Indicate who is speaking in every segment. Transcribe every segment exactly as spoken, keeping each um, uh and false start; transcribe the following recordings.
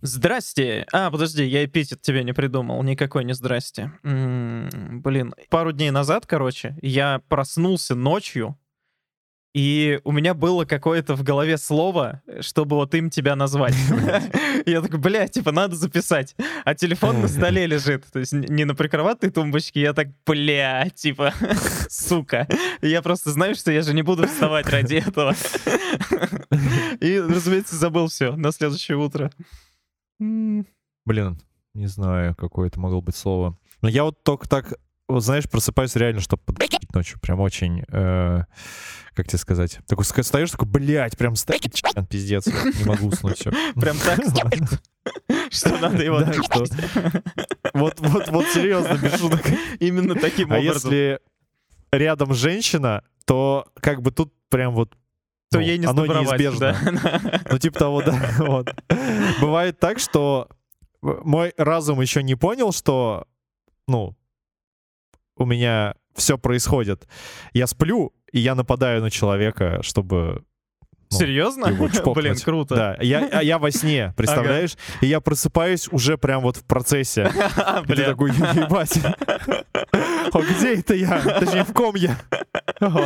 Speaker 1: Здрасте. А, подожди, я эпитет тебе не придумал. Никакой не здрасте. М, Блин, пару дней назад, короче, я проснулся ночью, и у меня было какое-то в голове слово, чтобы вот им тебя назвать. Я такой, бля, типа, надо записать. А телефон на столе лежит. То есть н- не на прикроватной тумбочке. Я так, бля, типа, сука. Я просто знаю, что я же не буду вставать ради этого. И, разумеется, забыл все на следующее утро. М,
Speaker 2: Блин, не знаю, какое это могло быть слово. Но я вот только так, вот знаешь, просыпаюсь реально, чтобы подъебать ночью. Прям очень, э, как тебе сказать, такой ска- встаешь, такой, блядь, прям стоит, пиздец, не могу уснуть, все.
Speaker 1: Прям так, что надо его
Speaker 2: Да, что- Вот, вот, вот серьезно, без шуток.
Speaker 1: именно таким
Speaker 2: А
Speaker 1: образом.
Speaker 2: если рядом женщина, то как бы тут прям вот
Speaker 1: То
Speaker 2: ну,
Speaker 1: ей не
Speaker 2: оно
Speaker 1: сдобровать,
Speaker 2: неизбежно.
Speaker 1: да.
Speaker 2: Ну, типа того, да. Вот. Бывает так, что мой разум еще не понял, что, ну, у меня все происходит. Я сплю, и я нападаю на человека, чтобы ну,
Speaker 1: Серьезно?
Speaker 2: его чпокнуть.
Speaker 1: Блин, круто.
Speaker 2: Да, я, а я во сне, представляешь? И я просыпаюсь уже прям вот в процессе. И ты
Speaker 1: Бля.
Speaker 2: такой, ебать. А где это я? Точнее, в ком я? Вот.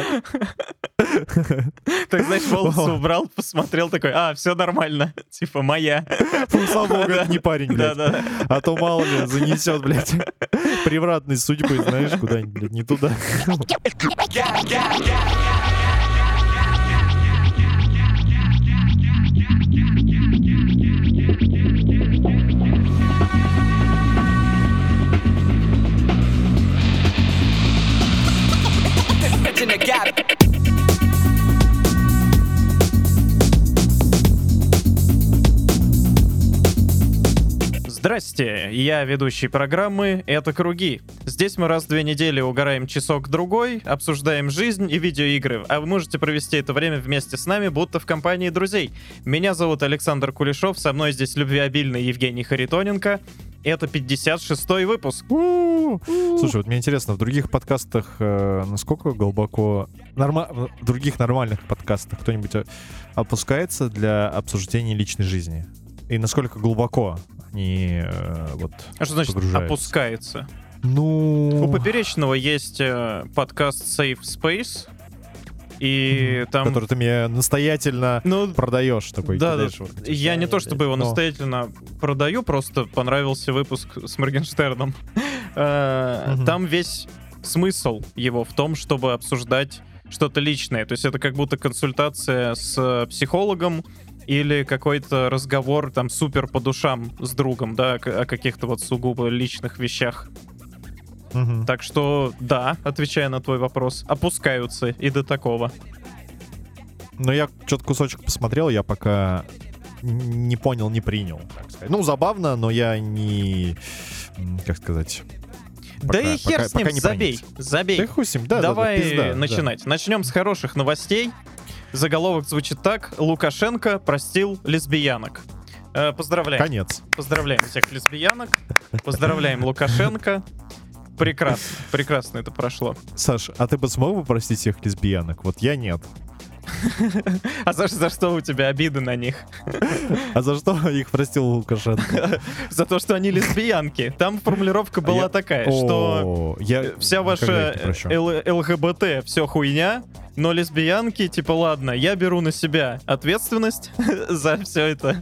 Speaker 1: Так, знаешь, волосы
Speaker 2: Вот.
Speaker 1: убрал, посмотрел такой, а, все нормально. Типа, моя.
Speaker 2: Фу, слава богу, это не парень, блядь.
Speaker 1: Да-да.
Speaker 2: А то мало ли занесет, блядь, превратной судьбой, знаешь, куда-нибудь, блядь, не туда.
Speaker 1: Здрасте, я ведущий программы «Это Круги». Здесь мы раз в две недели угораем часок-другой, обсуждаем жизнь и видеоигры, а вы можете провести это время вместе с нами, будто в компании друзей. Меня зовут Александр Кулешов, со мной здесь любвеобильный Евгений Харитоненко. Это пятьдесят шестой выпуск.
Speaker 2: Слушай, вот мне интересно, в других подкастах э, насколько глубоко... Норма... В других нормальных подкастах кто-нибудь э, опускается для обсуждения личной жизни? И насколько глубоко они э, вот
Speaker 1: А что значит
Speaker 2: погружаются?
Speaker 1: опускается?
Speaker 2: Ну...
Speaker 1: У Поперечного есть э, подкаст Safe Space, и там...
Speaker 2: Который ты мне настоятельно
Speaker 1: Ну,
Speaker 2: продаешь такой.
Speaker 1: да,
Speaker 2: кидаешь
Speaker 1: да.
Speaker 2: вот эти
Speaker 1: Я
Speaker 2: все,
Speaker 1: не то чтобы его
Speaker 2: но-
Speaker 1: настоятельно продаю, просто понравился выпуск с Моргенштерном. Э,
Speaker 2: Мгм.
Speaker 1: Там весь смысл его в том, чтобы обсуждать что-то личное. То есть это как будто консультация с психологом или какой-то разговор там супер по душам с другом, да, о каких-то вот сугубо личных вещах.
Speaker 2: Мгм.
Speaker 1: Так что, да, отвечая на твой вопрос, опускаются и до такого.
Speaker 2: Но я что-то кусочек посмотрел, я пока н- не понял, не принял, так сказать. Ну, забавно, но я не... м, Как сказать...
Speaker 1: Да
Speaker 2: пока-
Speaker 1: и хер
Speaker 2: пока-
Speaker 1: с ним,
Speaker 2: пока не
Speaker 1: забей,
Speaker 2: проник.
Speaker 1: забей.
Speaker 2: Да хуй с ним, да, да, да,
Speaker 1: Давай
Speaker 2: пизда, да.
Speaker 1: начинать. Начнем с хороших новостей. Заголовок звучит так: Лукашенко простил лесбиянок. Э, Поздравляем.
Speaker 2: Конец.
Speaker 1: Поздравляем всех лесбиянок. Поздравляем Лукашенко. Прекрасно. Прекрасно это прошло.
Speaker 2: Саш, а ты бы смог бы простить всех лесбиянок? Вот я нет.
Speaker 1: А за, за что у тебя обиды на них?
Speaker 2: А за что их простил Лукашенко?
Speaker 1: За то, что они лесбиянки. Там формулировка была
Speaker 2: Я-
Speaker 1: такая, что
Speaker 2: О, я
Speaker 1: вся
Speaker 2: никогда
Speaker 1: ваша
Speaker 2: их не прощу.
Speaker 1: Л- ЛГБТ все хуйня, но лесбиянки, типа, ладно, я беру на себя ответственность за все это.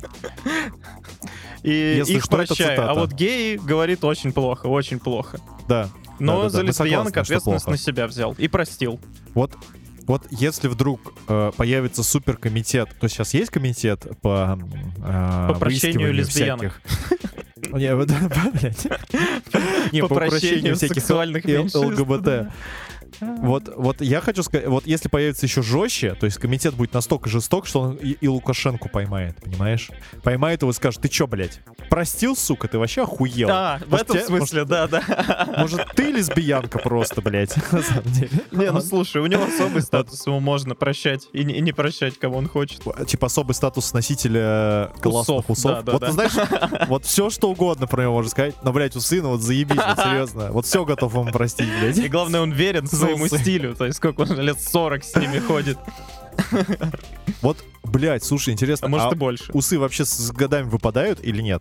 Speaker 1: И
Speaker 2: Если
Speaker 1: их
Speaker 2: что, это
Speaker 1: прощаю.
Speaker 2: цитата.
Speaker 1: А вот геи говорит очень плохо, очень плохо.
Speaker 2: Да.
Speaker 1: Но
Speaker 2: Да-да-да,
Speaker 1: за
Speaker 2: мы
Speaker 1: лесбиянок
Speaker 2: согласны, что
Speaker 1: ответственность
Speaker 2: плохо.
Speaker 1: на себя взял и простил.
Speaker 2: Вот, вот если вдруг э, появится суперкомитет, то сейчас есть комитет по э,
Speaker 1: По прощению
Speaker 2: выискиванию
Speaker 1: лесбиянок.
Speaker 2: всяких- Не, вот, блядь. Не,
Speaker 1: По прощению
Speaker 2: всяких
Speaker 1: сексуальных
Speaker 2: Л-
Speaker 1: меньшинств,
Speaker 2: ЛГБТ.
Speaker 1: да.
Speaker 2: Вот, вот я хочу сказать, вот если появится еще жестче, то есть комитет будет настолько жесток, что он и, и Лукашенко поймает, понимаешь? Поймает его и скажет: ты чё, блядь, простил, сука, ты вообще охуел?
Speaker 1: Да, в
Speaker 2: Может,
Speaker 1: этом
Speaker 2: тебе-
Speaker 1: смысле, да, да.
Speaker 2: Может, может, ты лесбиянка просто, блядь, на самом деле?
Speaker 1: Не, ну слушай, у него особый статус, ему можно прощать и не, и не прощать, кого он хочет.
Speaker 2: Типа особый статус носителя классных
Speaker 1: Усов,
Speaker 2: усов.
Speaker 1: да, да,
Speaker 2: вот
Speaker 1: да.
Speaker 2: ты знаешь, вот все что угодно про него можно сказать, но, блядь, усы, ну вот заебись, вот серьезно. Вот все готов ему простить, блядь.
Speaker 1: И главное, он верен
Speaker 2: За
Speaker 1: своему
Speaker 2: усы.
Speaker 1: стилю, то есть сколько он лет сорок с ними ходит.
Speaker 2: Вот, блядь, слушай, интересно,
Speaker 1: А может
Speaker 2: а
Speaker 1: и больше.
Speaker 2: усы вообще с годами выпадают или нет?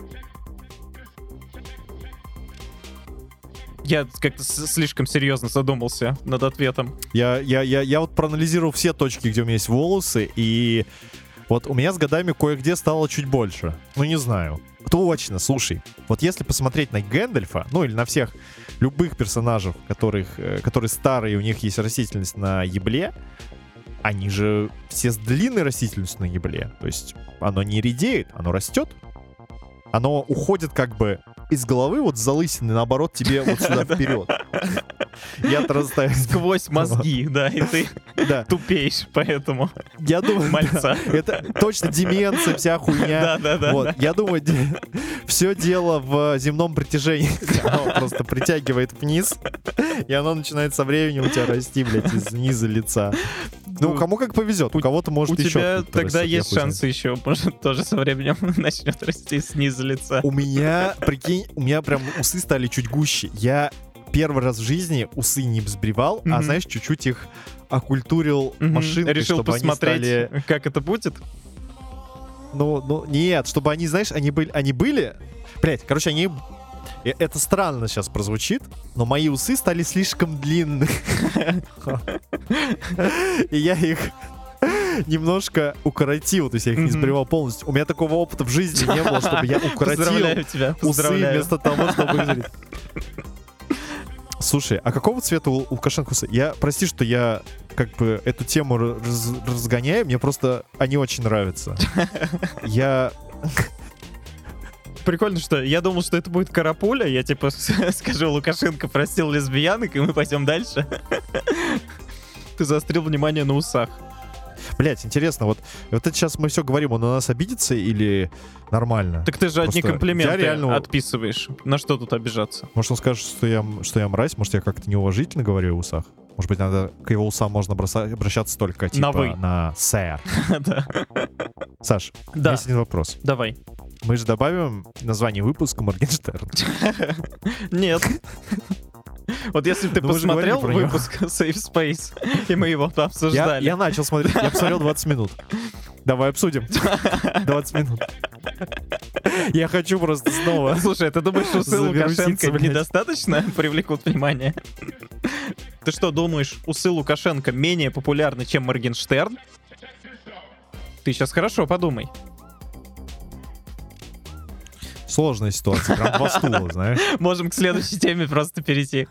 Speaker 1: Я как-то с- слишком серьезно задумался над ответом.
Speaker 2: Я, я, я, я вот проанализировал все точки, где у меня есть волосы, и вот у меня с годами кое-где стало чуть больше. Ну, не знаю. Точно, слушай. Вот если посмотреть на Гэндальфа, ну, или на всех любых персонажей, которых, э, которые старые, у них есть растительность на ебле, они же все с длинной растительностью на ебле. То есть оно не редеет, оно растет. Оно уходит как бы из головы, вот с залысины, наоборот, тебе вот сюда вперед. Я-то растаю.
Speaker 1: Сквозь мозги, да, и ты
Speaker 2: Да.
Speaker 1: тупеешь, поэтому
Speaker 2: Я думаю,
Speaker 1: мальца.
Speaker 2: да, это точно деменция, вся хуйня.
Speaker 1: Да, да, да.
Speaker 2: Вот, я думаю, де- все дело в земном притяжении. Оно просто притягивает вниз, и оно начинает со временем у тебя расти, блядь, из низа лица. Ну, кому как повезет, у кого-то может
Speaker 1: У
Speaker 2: еще.
Speaker 1: тебя
Speaker 2: откуда-то
Speaker 1: тогда
Speaker 2: растет, я
Speaker 1: есть
Speaker 2: хуй знает.
Speaker 1: шансы еще, может, тоже со временем начнет расти снизу лица.
Speaker 2: У меня, прикинь, у меня прям усы стали чуть гуще. Я первый раз в жизни усы не взбривал, а,
Speaker 1: Мгм.
Speaker 2: знаешь, чуть-чуть их окультурил
Speaker 1: Мгм.
Speaker 2: машинкой,
Speaker 1: Решил
Speaker 2: чтобы
Speaker 1: посмотреть,
Speaker 2: они стали...
Speaker 1: как это будет.
Speaker 2: Ну, ну, нет, чтобы они, знаешь, они были... Они были... Блять, короче, они... э, Это странно сейчас прозвучит, но мои усы стали слишком длинные. И я их немножко укоротил, то есть я их не
Speaker 1: Мгм.
Speaker 2: сбривал полностью. У меня такого опыта в жизни не было, чтобы я укоротил
Speaker 1: Поздравляю тебя,
Speaker 2: усы
Speaker 1: поздравляю.
Speaker 2: вместо того, чтобы их залить. Слушай, а какого цвета у Лукашенко усы? Я, прости, что я как бы эту тему раз- разгоняю, мне просто они очень нравятся. Я...
Speaker 1: Прикольно, что я думал, что это будет карапуля. Я типа скажу, Лукашенко простил лесбиянок, и мы пойдем дальше. Ты заострил внимание на усах.
Speaker 2: Блять, интересно, вот, вот это сейчас мы все говорим, он на нас обидится или нормально?
Speaker 1: Так ты же одни
Speaker 2: Просто
Speaker 1: комплименты
Speaker 2: я реально-
Speaker 1: отписываешь. На что тут обижаться?
Speaker 2: Может, он скажет, что я, что я мразь? Может, я как-то неуважительно говорю о усах? Может быть, надо к его усам можно броса- обращаться только типа
Speaker 1: На «вы».
Speaker 2: на сэр.
Speaker 1: Да.
Speaker 2: Саш, у меня
Speaker 1: Да.
Speaker 2: есть один вопрос.
Speaker 1: Давай.
Speaker 2: Мы же добавим название выпуска Моргенштерн.
Speaker 1: Нет. Вот если бы ты
Speaker 2: Ну, мы же
Speaker 1: посмотрел
Speaker 2: говорили про него.
Speaker 1: выпуск Safe Space, и мы его
Speaker 2: Я,
Speaker 1: обсуждали.
Speaker 2: я начал смотреть, я посмотрел двадцать минут. Давай обсудим. двадцать минут. Я хочу просто снова.
Speaker 1: Слушай, ты думаешь, усы
Speaker 2: Завируситься,
Speaker 1: Лукашенко
Speaker 2: блядь.
Speaker 1: недостаточно привлекут внимание? Ты что, думаешь, усы Лукашенко менее популярны, чем Моргенштерн? Ты сейчас хорошо подумай.
Speaker 2: Сложная ситуация, прям два стула, знаешь.
Speaker 1: Можем к следующей теме просто перейти.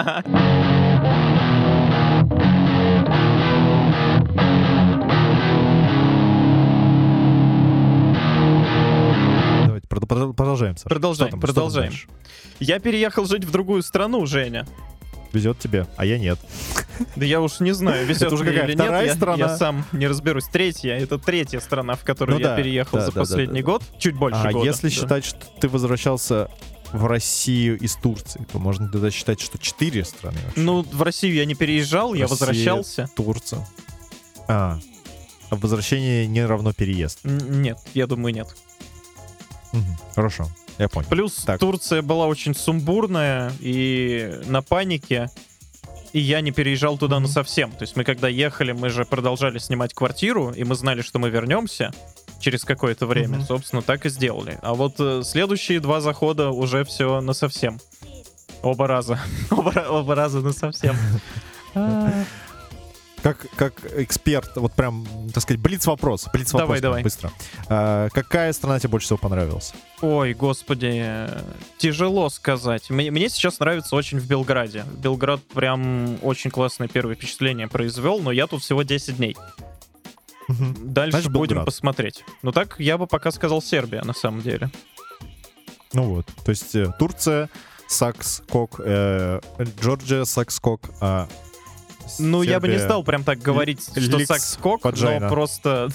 Speaker 2: Давайте прод- прод- продолжаем, Саш.
Speaker 1: Продолжаем,
Speaker 2: Что там- что там
Speaker 1: продолжаем.
Speaker 2: дальше?
Speaker 1: Я переехал жить в другую страну, Женя.
Speaker 2: Везет тебе, а я нет.
Speaker 1: Да я уж не знаю, везет
Speaker 2: Это уже
Speaker 1: мне
Speaker 2: какая,
Speaker 1: или нет,
Speaker 2: вторая
Speaker 1: я,
Speaker 2: страна?
Speaker 1: я сам не разберусь. Третья, это третья страна, в которую
Speaker 2: Ну
Speaker 1: я
Speaker 2: да,
Speaker 1: переехал
Speaker 2: да,
Speaker 1: за
Speaker 2: да, да,
Speaker 1: последний
Speaker 2: да.
Speaker 1: год. Чуть больше
Speaker 2: А
Speaker 1: года.
Speaker 2: если
Speaker 1: да.
Speaker 2: считать, что ты возвращался в Россию из Турции, то можно тогда считать, что четыре страны вообще.
Speaker 1: Ну, в Россию я не переезжал, я
Speaker 2: Россия,
Speaker 1: возвращался.
Speaker 2: Турция. А, а возвращение не равно переезд.
Speaker 1: Н- Нет, я думаю, нет.
Speaker 2: Мгм, хорошо, я понял.
Speaker 1: Плюс
Speaker 2: Так.
Speaker 1: Турция была очень сумбурная и на панике, и я не переезжал туда
Speaker 2: Мгм.
Speaker 1: насовсем. То есть мы когда ехали, мы же продолжали снимать квартиру, и мы знали, что мы вернемся через какое-то время.
Speaker 2: Мгм.
Speaker 1: Собственно, так и сделали. А вот э, следующие два захода уже все насовсем. Оба раза. Оба, ра- оба раза насовсем.
Speaker 2: Как, как эксперт, вот прям, так сказать, блиц-вопрос. Блиц-вопрос
Speaker 1: Давай,
Speaker 2: прям
Speaker 1: давай.
Speaker 2: быстро. А, какая страна тебе больше всего понравилась?
Speaker 1: Ой, господи, э, тяжело сказать. Мне, мне сейчас нравится очень в Белграде. Белград прям очень классное первое впечатление произвел, но я тут всего десять дней.
Speaker 2: Мгм.
Speaker 1: Дальше
Speaker 2: Значит,
Speaker 1: будем
Speaker 2: Белград.
Speaker 1: посмотреть. Ну так я бы пока сказал Сербия, на самом деле.
Speaker 2: Ну вот, то есть э, Турция, Сакс-Кок, э, Джорджия, Сакс-Кок, а
Speaker 1: Ну, я бы не
Speaker 2: Сербия-
Speaker 1: стал прям так говорить, что
Speaker 2: Ликс,
Speaker 1: Сакс-Кок, но
Speaker 2: Паджайна.
Speaker 1: просто...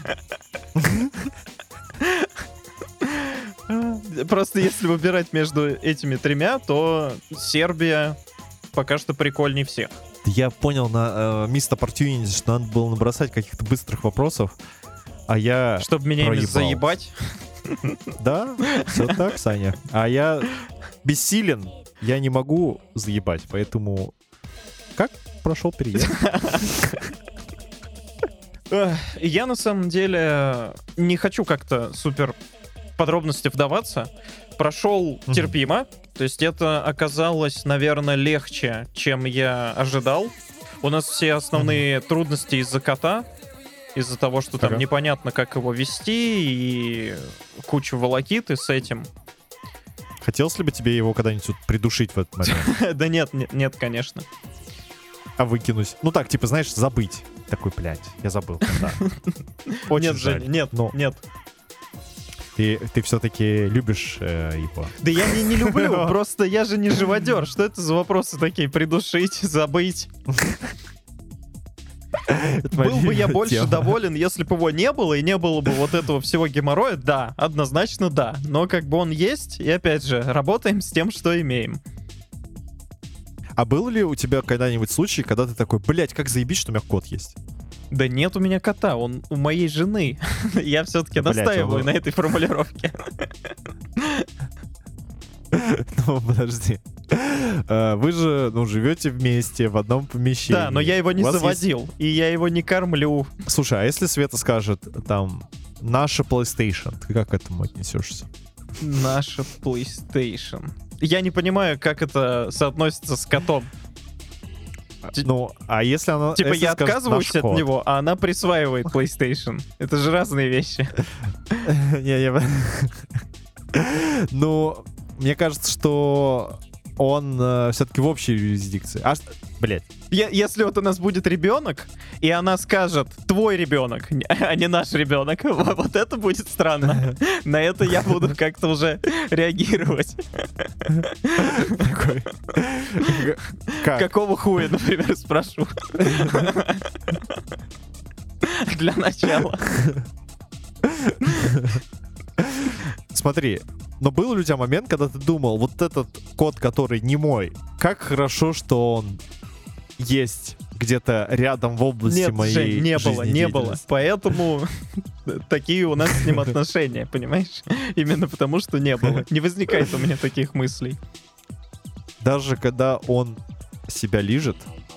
Speaker 1: Просто если выбирать между этими тремя, то Сербия пока что прикольней всех.
Speaker 2: Я понял на э, Missed Opportunity, что надо было набросать каких-то быстрых вопросов, а я...
Speaker 1: Чтобы меня ими
Speaker 2: проебал.
Speaker 1: заебать.
Speaker 2: Да, все так, Саня. А я бессилен, я не могу заебать, поэтому... Как прошел переезд?
Speaker 1: Эх, Я на самом деле не хочу как-то супер подробности вдаваться. Прошел
Speaker 2: Мгм.
Speaker 1: терпимо. То есть это оказалось, наверное, легче, чем я ожидал. У нас все основные трудности из-за кота. Из-за того, что там
Speaker 2: Ага.
Speaker 1: непонятно, как его вести, и куча волокиты с этим.
Speaker 2: Хотелось ли бы тебе его когда-нибудь вот придушить в этот момент?
Speaker 1: Да нет, нет, нет, конечно.
Speaker 2: А выкинуть? Ну так, типа, знаешь, забыть. Такой, блядь, я забыл. Да. Очень
Speaker 1: Нет,
Speaker 2: жаль.
Speaker 1: Женя, нет,
Speaker 2: Но
Speaker 1: нет.
Speaker 2: ты, ты все-таки любишь э, его.
Speaker 1: Да я не, не люблю, просто я же не живодер. Что это за вопросы такие? Придушить, забыть. Был бы я больше доволен, если бы его не было, и не было бы вот этого всего геморроя, да, однозначно да. Но как бы он есть, и опять же, работаем с тем, что имеем.
Speaker 2: А был ли у тебя когда-нибудь случай, когда ты такой, блядь, как заебись, что у меня кот есть?
Speaker 1: Да нет у меня кота, он у моей жены. Я все-таки
Speaker 2: Блядь,
Speaker 1: настаиваю
Speaker 2: он-
Speaker 1: на этой формулировке.
Speaker 2: Ну, подожди. Э, Вы же, ну, живете вместе в одном помещении.
Speaker 1: Да, но я его не
Speaker 2: У вас есть-
Speaker 1: заводил, и я его не кормлю.
Speaker 2: Слушай, а если Света скажет, там, наша PlayStation, ты как к этому отнесешься?
Speaker 1: Наша PlayStation. Я не понимаю, как это соотносится с котом. Ти-
Speaker 2: Ну, а если она...
Speaker 1: Типа
Speaker 2: если
Speaker 1: я
Speaker 2: скажет,
Speaker 1: отказываюсь
Speaker 2: «Наш
Speaker 1: от
Speaker 2: кот».
Speaker 1: него, а она присваивает PlayStation. Это же разные вещи.
Speaker 2: Не, я... Ну, мне кажется, что он все-таки в общей юрисдикции. А, ш- блядь.
Speaker 1: Я- Если вот у нас будет ребенок, и она скажет твой ребенок, а не наш ребенок, вот вот это будет странно. На это я буду как-то уже реагировать.
Speaker 2: Такой. Как?
Speaker 1: Какого хуя, например, спрошу. Для начала.
Speaker 2: Смотри, но был ли у тебя момент, когда ты думал, вот этот кот, который не мой, как хорошо, что он есть где-то рядом в области
Speaker 1: Нет,
Speaker 2: моей
Speaker 1: Жень, не было, не было.
Speaker 2: жизнедеятельности?
Speaker 1: Поэтому такие у нас с ним отношения, понимаешь? Именно потому, что не было. Не возникает у меня таких мыслей.
Speaker 2: Даже когда он себя лижет,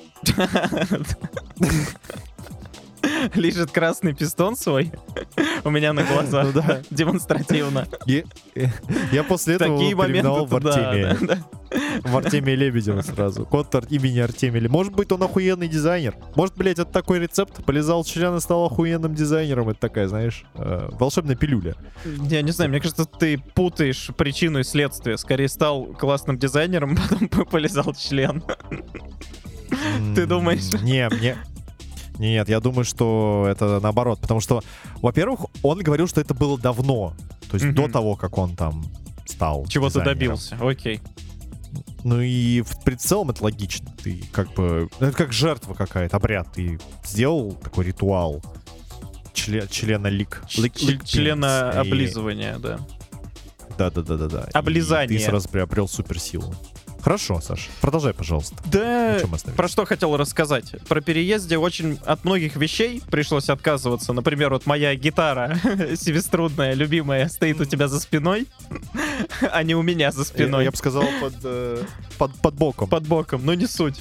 Speaker 1: Лежит красный пистон свой у меня на глазах,
Speaker 2: Ну да.
Speaker 1: да, демонстративно.
Speaker 2: и- и- я после этого
Speaker 1: Такие
Speaker 2: его переименовал
Speaker 1: моменты,
Speaker 2: в
Speaker 1: да,
Speaker 2: Артемия.
Speaker 1: да, да.
Speaker 2: В Артемия Лебедева сразу. Кот Ар- имени Артемия. Ле- Может быть, он охуенный дизайнер. Может, блядь, это такой рецепт. Полезал член и стал охуенным дизайнером. Это такая, знаешь, э, волшебная пилюля.
Speaker 1: Я не знаю, мне кажется, ты путаешь причину и следствие. Скорее стал классным дизайнером, потом п- полезал член. Ты
Speaker 2: М,
Speaker 1: думаешь?
Speaker 2: Не, мне... Нет, я думаю, что это наоборот. Потому что, во-первых, он говорил, что это было давно. То есть
Speaker 1: Мгм.
Speaker 2: до того, как он там стал
Speaker 1: Чего-то
Speaker 2: дизайнером.
Speaker 1: добился, окей.
Speaker 2: Ну и в при целом это логично. Ты как бы... ну, это как жертва какая-то, обряд. Ты сделал такой ритуал чле- члена лик. лик-
Speaker 1: Ч-
Speaker 2: лик
Speaker 1: Члена
Speaker 2: пенис. И-
Speaker 1: облизывания, да.
Speaker 2: Да-да-да-да-да. И
Speaker 1: Облизание.
Speaker 2: ты сразу приобрел суперсилу. Хорошо, Саша. Продолжай, пожалуйста.
Speaker 1: Да,
Speaker 2: На чем мы остановились?
Speaker 1: про что хотел рассказать. Про переезде очень от многих вещей пришлось отказываться. Например, вот моя гитара семиструнная, любимая, стоит у тебя за спиной, а не у меня за
Speaker 2: Я,
Speaker 1: спиной.
Speaker 2: я бы сказал, под, э, под, под боком.
Speaker 1: Под боком, но не суть.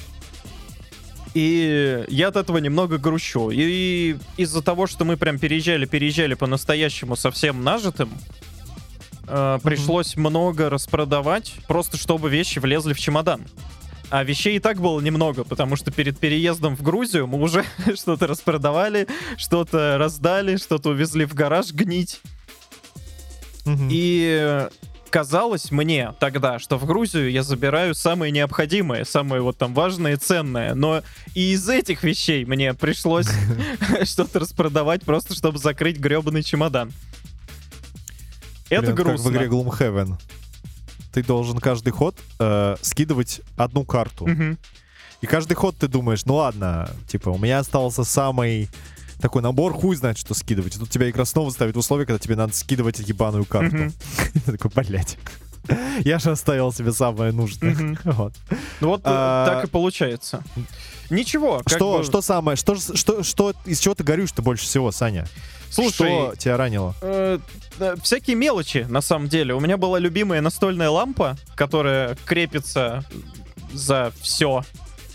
Speaker 1: И я от этого немного грущу. И из-за того, что мы прям переезжали, переезжали по-настоящему совсем нажитым, э, пришлось много распродавать, просто чтобы вещи влезли в чемодан. А вещей и так было немного, потому что перед переездом в Грузию мы уже что-то распродавали, что-то раздали, что-то увезли в гараж гнить.
Speaker 2: Мгм.
Speaker 1: И казалось мне тогда, что в Грузию я забираю самое необходимое, самое вот там важное и ценное. Но и из этих вещей мне пришлось что-то распродавать, просто чтобы закрыть гребаный чемодан. Это
Speaker 2: Блин,
Speaker 1: грустно.
Speaker 2: Как в игре Gloomhaven. Ты должен каждый ход э, скидывать одну карту.
Speaker 1: Мгм.
Speaker 2: И каждый ход ты думаешь, ну ладно, типа, у меня остался самый такой набор, хуй знает, что скидывать. И тут тебя игра снова ставит в условие, когда тебе надо скидывать ебаную карту.
Speaker 1: Мгм.
Speaker 2: Ты такой, блядь. Я же оставил себе самое нужное.
Speaker 1: Мгм.
Speaker 2: Вот.
Speaker 1: Ну вот э,
Speaker 2: А,
Speaker 1: так и получается. Ничего, как
Speaker 2: Что,
Speaker 1: бы-
Speaker 2: что самое, что, ж- что, что, из чего ты горюешь-то больше всего, Саня?
Speaker 1: Слушай,
Speaker 2: Что тебя ранило?
Speaker 1: Э, да, всякие мелочи, на самом деле. У меня была любимая настольная лампа, которая крепится за все.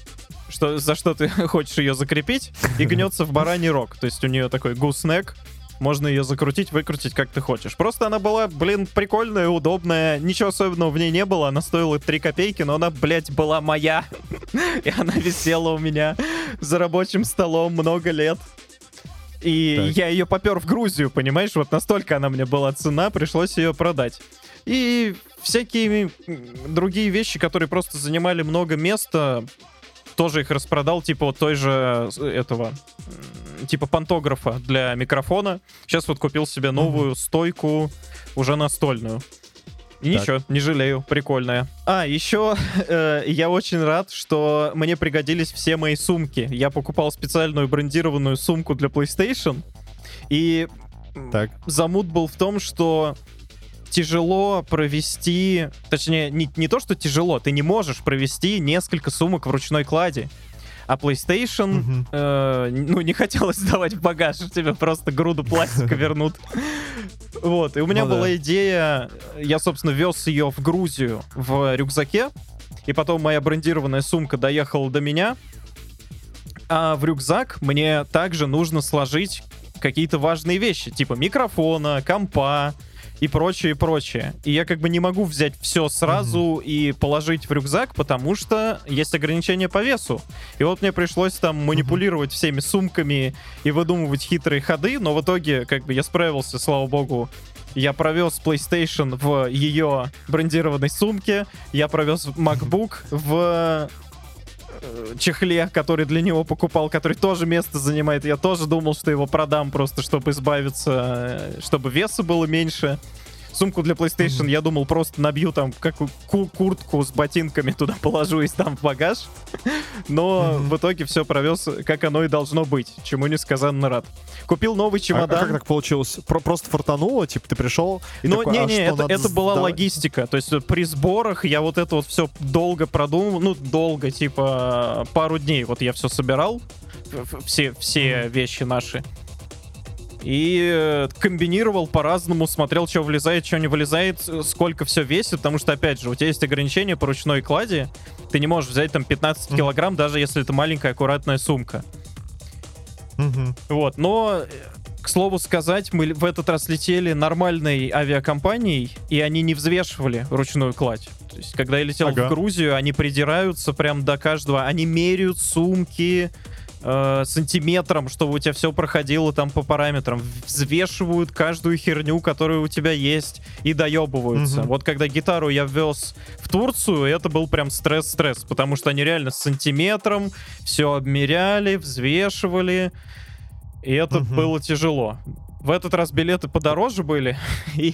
Speaker 1: что, за что ты хочешь ее закрепить, и гнется в бараний рог. То есть у нее такой гуснек, можно ее закрутить, выкрутить, как ты хочешь. Просто она была, блин, прикольная, удобная, ничего особенного в ней не было, она стоила три копейки, но она, блядь, была моя. И она висела у меня за рабочим столом много лет. И так. я ее попер в Грузию, понимаешь? Вот настолько она мне была цена, пришлось ее продать. И всякие другие вещи, которые просто занимали много места, тоже их распродал, типа вот той же этого, типа пантографа для микрофона. Сейчас вот купил себе новую mm-hmm. стойку, уже настольную. И так. ничего, не жалею, прикольная. А, еще э, я очень рад, что мне пригодились все мои сумки. Я покупал специальную брендированную сумку для PlayStation, и так. замут был в том, что тяжело провести, точнее, не, не то, что тяжело, ты не можешь провести несколько сумок в ручной клади. А PlayStation, mm-hmm. э, ну, не хотелось сдавать в багаж, тебе просто груду пластика вернут. Вот, и у меня ну, была да. идея, я, собственно, вез ее в Грузию в рюкзаке, и потом моя брендированная сумка доехала до меня, а в рюкзак мне также нужно сложить какие-то важные вещи, типа микрофона, компа, и прочее, и прочее. И я как бы не могу взять все сразу mm-hmm. и положить в рюкзак, потому что есть ограничения по весу. И вот мне пришлось там манипулировать mm-hmm. всеми сумками и выдумывать хитрые ходы, но в итоге как бы я справился, слава богу. Я провез PlayStation в ее брендированной сумке, я провез MacBook в чехле, который для него покупал, который тоже место занимает. Я тоже думал, что его продам просто, чтобы избавиться, чтобы веса было меньше. Сумку для PlayStation mm-hmm. я думал, просто набью там как ку- куртку с ботинками, туда положу и там в багаж. Но mm-hmm. в итоге все провез, как оно и должно быть, чему несказанно рад. Купил новый чемодан.
Speaker 2: А, а как так получилось? Про- просто фартануло? Типа ты пришел и
Speaker 1: Ну,
Speaker 2: такой,
Speaker 1: не-не,
Speaker 2: а
Speaker 1: это, это была сдавать? логистика. То есть при сборах я вот это вот все долго продумал. Ну, долго, типа пару дней вот я все собирал. Все, все mm-hmm. вещи наши. И э, комбинировал по-разному, смотрел, что влезает, что не вылезает, сколько все весит, потому что, опять же, у тебя есть ограничения по ручной клади, ты не можешь взять там пятнадцать mm-hmm. килограмм, даже если это маленькая аккуратная сумка. Mm-hmm. Вот, но, к слову сказать, мы в этот раз летели нормальной авиакомпанией, и они не взвешивали ручную кладь. То есть, когда я летел ага. в Грузию, они придираются прям до каждого, они меряют сумки э, сантиметром, чтобы у тебя все проходило там по параметрам, взвешивают каждую херню, которая у тебя есть, и доебываются. Mm-hmm. Вот когда гитару я вез в Турцию, это был прям стресс-стресс, потому что они реально с сантиметром все обмеряли, взвешивали, и это mm-hmm. было тяжело. В этот раз билеты подороже были, и...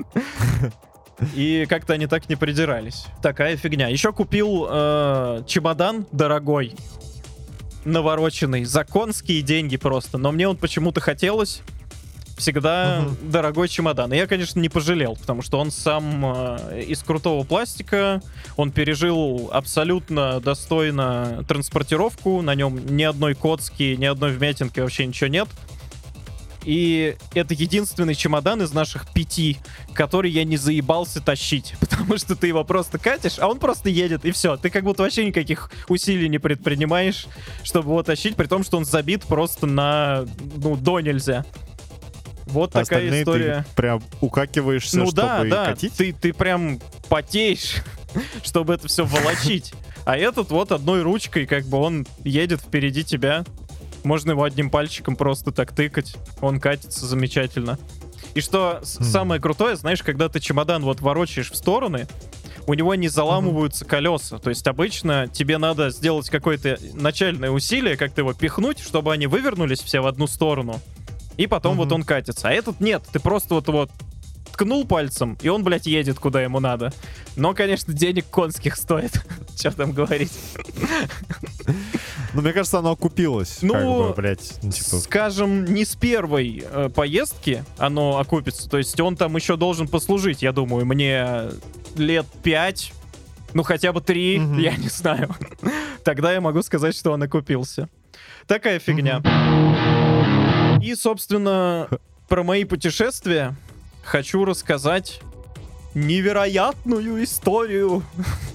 Speaker 1: И как-то они так не придирались. Такая фигня. Еще купил э, чемодан дорогой, навороченный, за конские деньги просто. Но мне он почему-то хотелось. Всегда uh-huh. дорогой чемодан. И я, конечно, не пожалел, потому что он сам э, из крутого пластика. Он пережил абсолютно достойно транспортировку. На нем ни одной коцки, ни одной вмятинки, вообще ничего нет. И это единственный чемодан из наших пяти, который я не заебался тащить. Потому что ты его просто катишь, а он просто едет, и все. Ты как будто вообще никаких усилий не предпринимаешь, чтобы его тащить, при том, что он забит просто на, ну, до нельзя. Вот а такая история.
Speaker 2: Ты прям укакиваешься,
Speaker 1: ну,
Speaker 2: чтобы
Speaker 1: да, да.
Speaker 2: катить?
Speaker 1: Ты, ты прям потеешь, чтобы это все волочить. А этот вот одной ручкой, как бы он едет впереди тебя. Можно его одним пальчиком просто так тыкать. Он катится замечательно. И что mm. самое крутое, знаешь, когда ты чемодан вот ворочаешь в стороны, у него не заламываются mm-hmm. колеса. То есть обычно тебе надо сделать какое-то начальное усилие, как-то его пихнуть, чтобы они вывернулись все в одну сторону. И потом mm-hmm. вот он катится. А этот нет. Ты просто вот вот ткнул пальцем, и он, блядь, едет куда ему надо. Но, конечно, денег конских стоит. Что там говорить.
Speaker 2: Ну, мне кажется, оно окупилось.
Speaker 1: Ну,
Speaker 2: как бы, блядь, ну, типа...
Speaker 1: скажем, не с первой э, поездки оно окупится. То есть он там еще должен послужить, я думаю, мне лет пять, ну, хотя бы три, mm-hmm. я не знаю. Тогда я могу сказать, что он окупился. Такая фигня. Mm-hmm. И, собственно, про мои путешествия хочу рассказать невероятную историю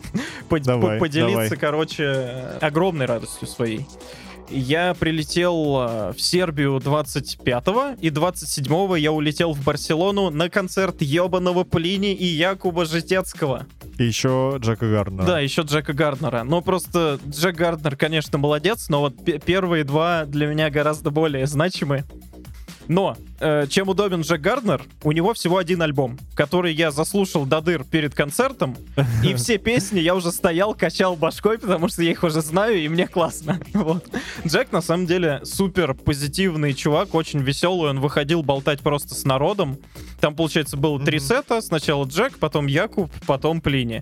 Speaker 1: под-
Speaker 2: Давай,
Speaker 1: поделиться,
Speaker 2: давай.
Speaker 1: короче, огромной радостью своей. Я прилетел э, в Сербию двадцать пятого, и двадцать седьмого я улетел в Барселону на концерт ебаного Плини и Якуба Житецкого.
Speaker 2: И еще Джека Гарднера.
Speaker 1: Да, еще Джека Гарднера. Но просто Джек Гарднер, конечно, молодец, но вот п- первые два для меня гораздо более значимы. Но э, чем удобен Джек Гарднер, у него всего один альбом, который я заслушал до дыр перед концертом, и все песни я уже стоял, качал башкой, потому что я их уже знаю, и мне классно. Вот. Джек, на самом деле, супер позитивный чувак, очень веселый, он выходил болтать просто с народом. Там, получается, было три сета, сначала Джек, потом Якуб, потом Плини.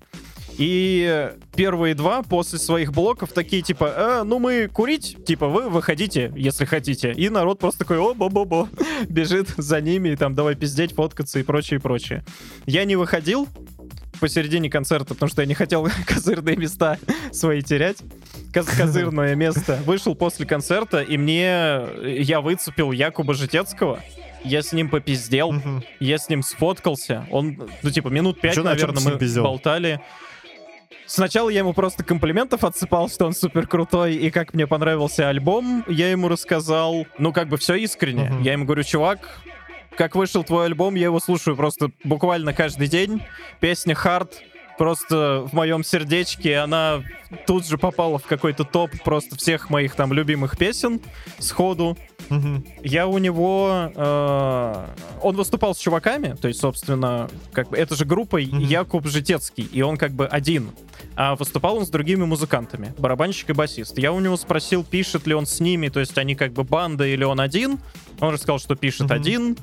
Speaker 1: И первые два после своих блоков такие, типа, э, ну мы курить, типа, вы выходите, если хотите. И народ просто такой, о, бо-бо-бо, бежит за ними, и там, давай пиздеть, фоткаться и прочее, и прочее. Я не выходил посередине концерта, потому что я не хотел козырные места свои терять. Коз- козырное место. Вышел после концерта, и мне... Я выцепил Якуба Житецкого. Я с ним попиздел,
Speaker 2: Мгм.
Speaker 1: я с ним сфоткался. Он, ну, типа, минут пять,
Speaker 2: Чё, на чём
Speaker 1: наверное,
Speaker 2: ты с ним
Speaker 1: мы
Speaker 2: пиздел?
Speaker 1: болтали. Сначала я ему просто комплиментов отсыпал, что он супер крутой, и как мне понравился альбом, я ему рассказал. Ну, как бы все искренне.
Speaker 2: Мгм.
Speaker 1: Я ему говорю, чувак, как вышел твой альбом, я его слушаю просто буквально каждый день. Песня «Hard» просто в моем сердечке, она тут же попала в какой-то топ просто всех моих там любимых песен сходу.
Speaker 2: Мгм.
Speaker 1: Я у него... э, он выступал с чуваками, то есть, собственно, как бы это же группой
Speaker 2: Мгм.
Speaker 1: Якуб Житецкий, и он как бы один. А выступал он с другими музыкантами, барабанщик и басист. Я у него спросил, пишет ли он с ними, то есть они как бы банда или он один. Он рассказал, что пишет
Speaker 2: Мгм.
Speaker 1: один,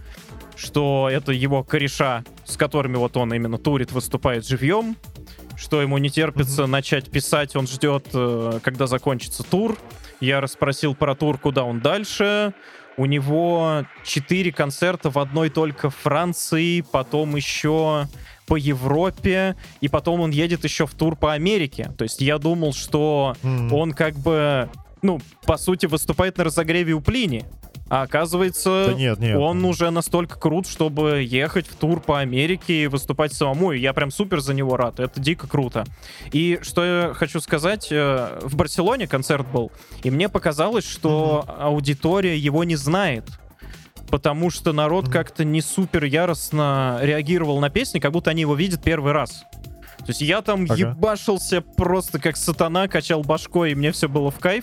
Speaker 1: что это его кореша, с которыми вот он именно турит, выступает живьем, что ему не терпится начать писать, он ждет, э, когда закончится тур. Я расспросил про тур, куда он дальше. У него четыре концерта в одной только Франции, потом еще по Европе, и потом он едет еще в тур по Америке. То есть я думал, что
Speaker 2: Мгм.
Speaker 1: он как бы, ну, по сути, выступает на разогреве у Плини. А оказывается,
Speaker 2: Да нет, нет.
Speaker 1: он уже настолько крут, чтобы ехать в тур по Америке и выступать самому. И я прям супер за него рад. Это дико круто. И что я хочу сказать, э, в Барселоне концерт был, и мне показалось, что аудитория его не знает. Потому что народ
Speaker 2: Мгм.
Speaker 1: как-то не супер яростно реагировал на песни, как будто они его видят первый раз. То есть я там
Speaker 2: Ага.
Speaker 1: ебашился просто как сатана, качал башкой, и мне все было в кайф.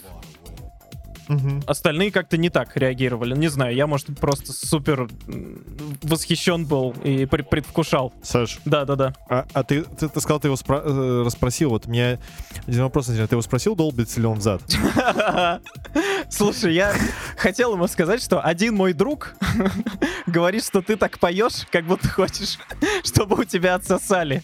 Speaker 2: Мгм.
Speaker 1: Остальные как-то не так реагировали. Не знаю, я, может, просто супер м, восхищен был и пре- предвкушал.
Speaker 2: Саш,
Speaker 1: Да-да-да.
Speaker 2: а, а ты, ты, ты сказал, ты его спра- э, расспросил. Вот меня один вопрос интересный. Ты его спросил, долбится ли он в зад?
Speaker 1: Слушай, я хотел ему сказать, что один мой друг говорит, что ты так поешь, как будто хочешь, чтобы у тебя отсосали.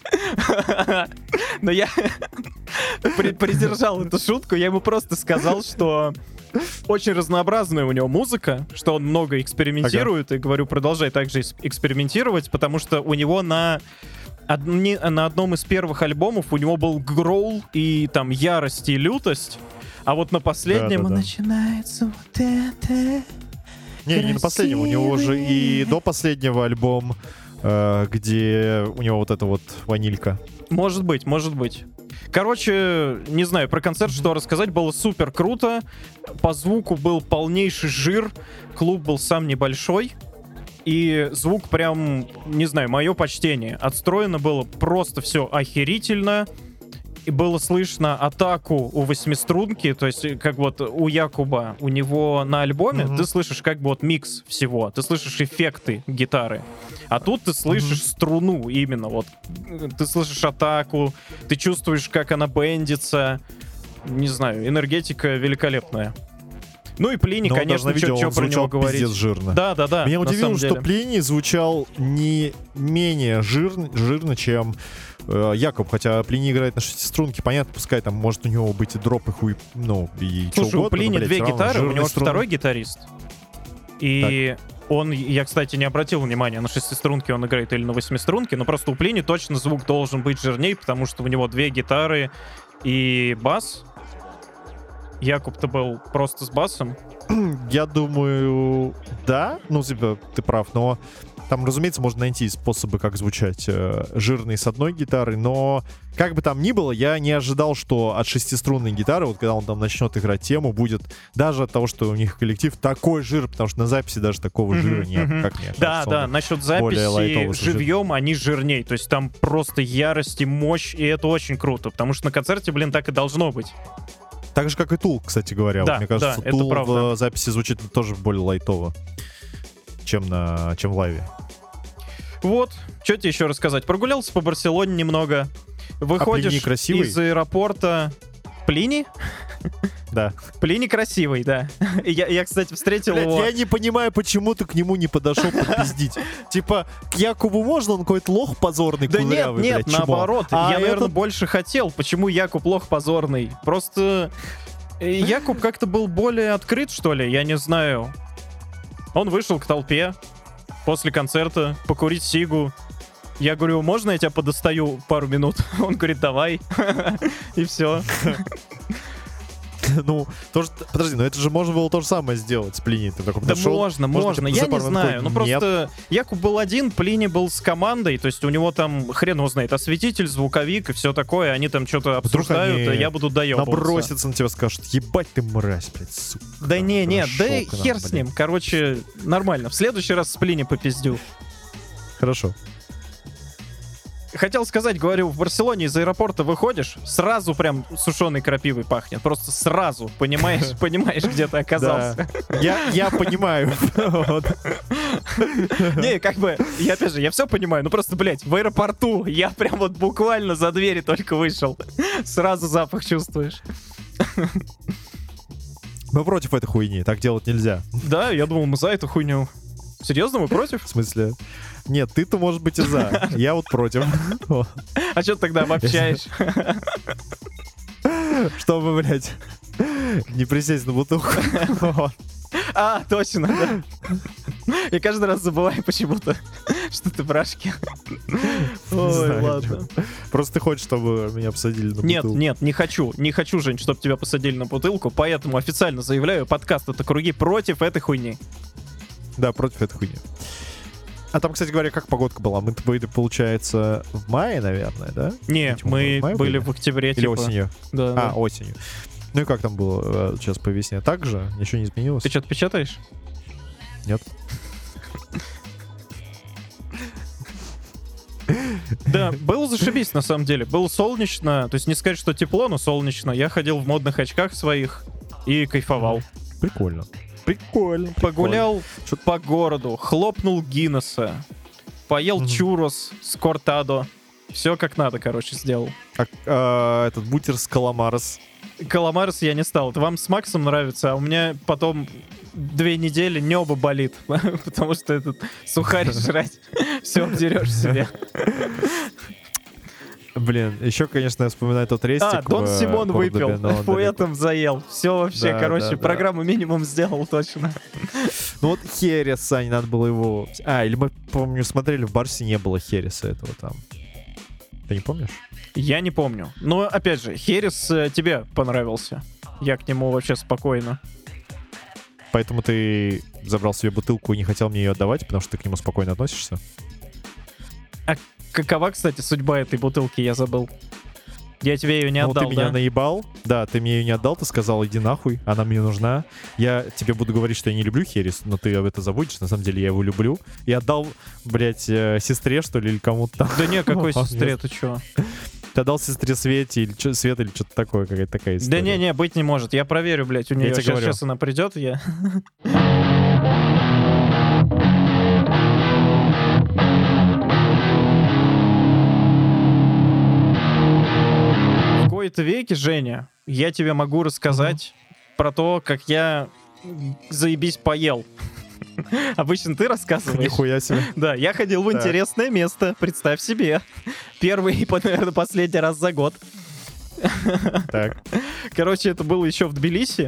Speaker 1: Но я при- придержал эту шутку. Я ему просто сказал, что очень разнообразная у него музыка, что он много экспериментирует, и говорю, продолжай также эс- экспериментировать, потому что у него на одни- на одном из первых альбомов у него был гроул и там ярость и лютость, а вот на последнем
Speaker 2: Да-да-да.
Speaker 1: начинается вот это.
Speaker 2: Не, не на последнем. У него же и до последнего альбом, э, где у него вот эта вот ванилька.
Speaker 1: Может быть, может быть. Короче, не знаю, про концерт что рассказать, было супер круто. По звуку был полнейший жир, клуб был сам небольшой. И звук прям, не знаю, мое почтение. Отстроено было просто все охерительно. И было слышно атаку у восьмиструнки, то есть как вот у Якуба, у него на альбоме
Speaker 2: Мгм.
Speaker 1: ты слышишь как бы вот микс всего, ты слышишь эффекты гитары, а тут ты слышишь струну именно вот, ты слышишь атаку, ты чувствуешь, как она бендится, не знаю, энергетика великолепная. Ну и Плини,
Speaker 2: Но он даже
Speaker 1: конечно,
Speaker 2: на видео
Speaker 1: что
Speaker 2: он
Speaker 1: про него
Speaker 2: звучал
Speaker 1: говорить.
Speaker 2: пиздец жирно.
Speaker 1: Да, да, да.
Speaker 2: Меня
Speaker 1: на
Speaker 2: удивило,
Speaker 1: самом
Speaker 2: что
Speaker 1: деле.
Speaker 2: Плини звучал не менее жирно, жирно чем э, Якуб, хотя Плини играет на шестиструнке, понятно, пускай там может у него быть и дроп, и хуй, ну, и чё
Speaker 1: Слушай, у
Speaker 2: угодно, но,
Speaker 1: Плини
Speaker 2: блядь,
Speaker 1: две
Speaker 2: всё равно
Speaker 1: гитары, у
Speaker 2: жирные
Speaker 1: него
Speaker 2: струны.
Speaker 1: второй гитарист. И он, я, кстати, не обратил внимания, на шестиструнке он играет или на восьмиструнке, но просто у Плини точно звук должен быть жирней, потому что у него две гитары и бас. Якуб-то был просто с басом.
Speaker 2: Я думаю, да, ну, типа, ты прав, но Там, разумеется, можно найти способы, как звучать э, жирные с одной гитарой, но как бы там ни было, я не ожидал, что от шестиструнной гитары, вот когда он там начнет играть тему, будет даже от того, что у них коллектив такой жир, потому что на записи даже такого жира нет,
Speaker 1: Мгм.
Speaker 2: как мне
Speaker 1: Да,
Speaker 2: кажется,
Speaker 1: да,
Speaker 2: он
Speaker 1: насчет
Speaker 2: более лайтово
Speaker 1: записи
Speaker 2: звучит.
Speaker 1: живьем они жирней. То есть там просто ярость и мощь, и это очень круто. Потому что на концерте, блин, так и должно быть.
Speaker 2: Так же, как и Тул, кстати говоря.
Speaker 1: Да,
Speaker 2: Вот мне кажется,
Speaker 1: да, это
Speaker 2: Тул
Speaker 1: правда.
Speaker 2: в записи звучит тоже более лайтово, чем, на, чем в лайве.
Speaker 1: Вот, что тебе еще рассказать? Прогулялся по Барселоне немного. Выходишь
Speaker 2: Плини красивый?
Speaker 1: из аэропорта... Плини?
Speaker 2: Да.
Speaker 1: Плини красивый, да. Я, я, кстати, встретил
Speaker 2: Блядь,
Speaker 1: его...
Speaker 2: я не понимаю, почему ты к нему не подошел попиздить. Типа, к Якубу можно, он какой-то лох позорный,
Speaker 1: Да нет,
Speaker 2: кудрявый,
Speaker 1: нет,
Speaker 2: блядь, чмо.
Speaker 1: наоборот.
Speaker 2: А
Speaker 1: я, наверное,
Speaker 2: этот-
Speaker 1: больше хотел. Почему Якуб лох позорный? Просто э, Якуб как-то был более открыт, что ли, я не знаю. Он вышел к толпе после концерта покурить сигу. Я говорю, можно я тебя подостаю пару минут? Он говорит, давай. И все.
Speaker 2: Ну, тоже, подожди, но это же можно было то же самое сделать с Плини. Ты такой
Speaker 1: Да
Speaker 2: подошел,
Speaker 1: можно,
Speaker 2: можно
Speaker 1: можно.
Speaker 2: тебе
Speaker 1: Я не
Speaker 2: пару минут
Speaker 1: знаю. Ну
Speaker 2: такой,
Speaker 1: просто Якуб был один, Плини был с командой, то есть у него там хрен его знает, осветитель, звуковик и все такое. Они там что-то
Speaker 2: Вдруг
Speaker 1: обсуждают,
Speaker 2: они
Speaker 1: а я буду доебываться.
Speaker 2: набросится на тебя, скажет, ебать ты мразь, блядь, сука.
Speaker 1: Да не, не, да
Speaker 2: Прошел к нам,
Speaker 1: хер с
Speaker 2: блядь.
Speaker 1: ним. Короче, нормально. В следующий раз с Плини попиздю.
Speaker 2: Хорошо.
Speaker 1: Хотел сказать, говорю, в Барселоне из аэропорта выходишь, сразу прям сушеной крапивой пахнет. Просто сразу, понимаешь, понимаешь, где ты оказался.
Speaker 2: Да. Я, я понимаю. Вот.
Speaker 1: Не, как бы, я опять же, я все понимаю, ну просто, блядь, в аэропорту я прям вот буквально за двери только вышел. Сразу запах чувствуешь.
Speaker 2: Мы против этой хуйни, так делать нельзя.
Speaker 1: Да, я думал, мы за эту хуйню. Серьезно, мы против?
Speaker 2: В смысле? Нет, ты-то, может быть, и за. Я вот против. Вот.
Speaker 1: А что ты тогда обобщаешь?
Speaker 2: Чтобы, блядь, не присесть на бутылку. Вот.
Speaker 1: А, точно, да. Я каждый раз забываю почему-то, что ты в рашке.
Speaker 2: Не
Speaker 1: Ой,
Speaker 2: знаю,
Speaker 1: ладно.
Speaker 2: чё. Просто ты хочешь, чтобы меня посадили на
Speaker 1: Нет,
Speaker 2: бутылку.
Speaker 1: нет, не хочу. Не хочу, Жень, чтобы тебя посадили на бутылку, поэтому официально заявляю, подкаст «Это круги» против этой хуйни.
Speaker 2: Да, против этой хуйни. А там, кстати говоря, как погодка была? Мы были, получается, в мае, наверное, да?
Speaker 1: Не,
Speaker 2: Почему
Speaker 1: мы
Speaker 2: в мае
Speaker 1: были
Speaker 2: были?
Speaker 1: в октябре,
Speaker 2: Или
Speaker 1: типа.
Speaker 2: осенью?
Speaker 1: Да,
Speaker 2: А,
Speaker 1: да.
Speaker 2: осенью. Ну и как там было э, сейчас по весне? Так же? Ничего не изменилось?
Speaker 1: Ты что-то печатаешь?
Speaker 2: Нет?
Speaker 1: Да, было зашибись, на самом деле. Было солнечно, то есть не сказать, что тепло, но солнечно. Я ходил в модных очках своих и кайфовал.
Speaker 2: Прикольно. Прикольно.
Speaker 1: Погулял по городу, хлопнул Гиннесса, поел
Speaker 2: Мгм.
Speaker 1: чурос с кортадо. Все как надо, короче, сделал.
Speaker 2: А, а, этот бутер с каламарос.
Speaker 1: Каламарс я не стал. Это вам с Максом нравится, а у меня потом две недели небо болит, потому что этот сухарь жрать все обдерешь себе.
Speaker 2: Блин, еще, конечно, я вспоминаю тот рестик.
Speaker 1: А, Дон
Speaker 2: в,
Speaker 1: Симон
Speaker 2: э,
Speaker 1: выпил,
Speaker 2: Кордобе, но он далеко.
Speaker 1: поэтом заел. Все вообще,
Speaker 2: Да,
Speaker 1: короче,
Speaker 2: да, да.
Speaker 1: программу минимум сделал точно.
Speaker 2: Ну вот Херес, Сань, надо было его... А, или мы, помню, смотрели, в Барсе не было Хереса этого там. Ты не помнишь?
Speaker 1: Я не помню. Но, опять же, Херес э, тебе понравился. Я к нему вообще спокойно.
Speaker 2: Поэтому ты забрал себе бутылку и не хотел мне ее отдавать, потому что ты к нему спокойно относишься?
Speaker 1: Какова, кстати, судьба этой бутылки, я забыл. Я тебе ее не
Speaker 2: Ну,
Speaker 1: отдал,
Speaker 2: ты меня
Speaker 1: да?
Speaker 2: наебал, да, ты мне ее не отдал, ты сказал, иди нахуй, она мне нужна. Я тебе буду говорить, что я не люблю Херес, но ты об этом забудешь, на самом деле я его люблю. И отдал, блядь, э, сестре, что ли, или кому-то там.
Speaker 1: Да не, какой
Speaker 2: А,
Speaker 1: сестре,
Speaker 2: нет.
Speaker 1: ты чё?
Speaker 2: Ты отдал сестре Свете или чё, Свет или что-то такое, какая-то такая история.
Speaker 1: Да не-не, быть не может. Я проверю, блядь, у нее
Speaker 2: тебе
Speaker 1: сейчас,
Speaker 2: говорю.
Speaker 1: сейчас она придет, я... В кои-то веке, Женя, я тебе могу рассказать про то, как я заебись поел. Обычно ты рассказываешь.
Speaker 2: Нихуя себе.
Speaker 1: Да, я ходил в
Speaker 2: Так.
Speaker 1: интересное место, представь себе. Первый и, наверное, последний раз за год.
Speaker 2: Так.
Speaker 1: Короче, это было еще в Тбилиси.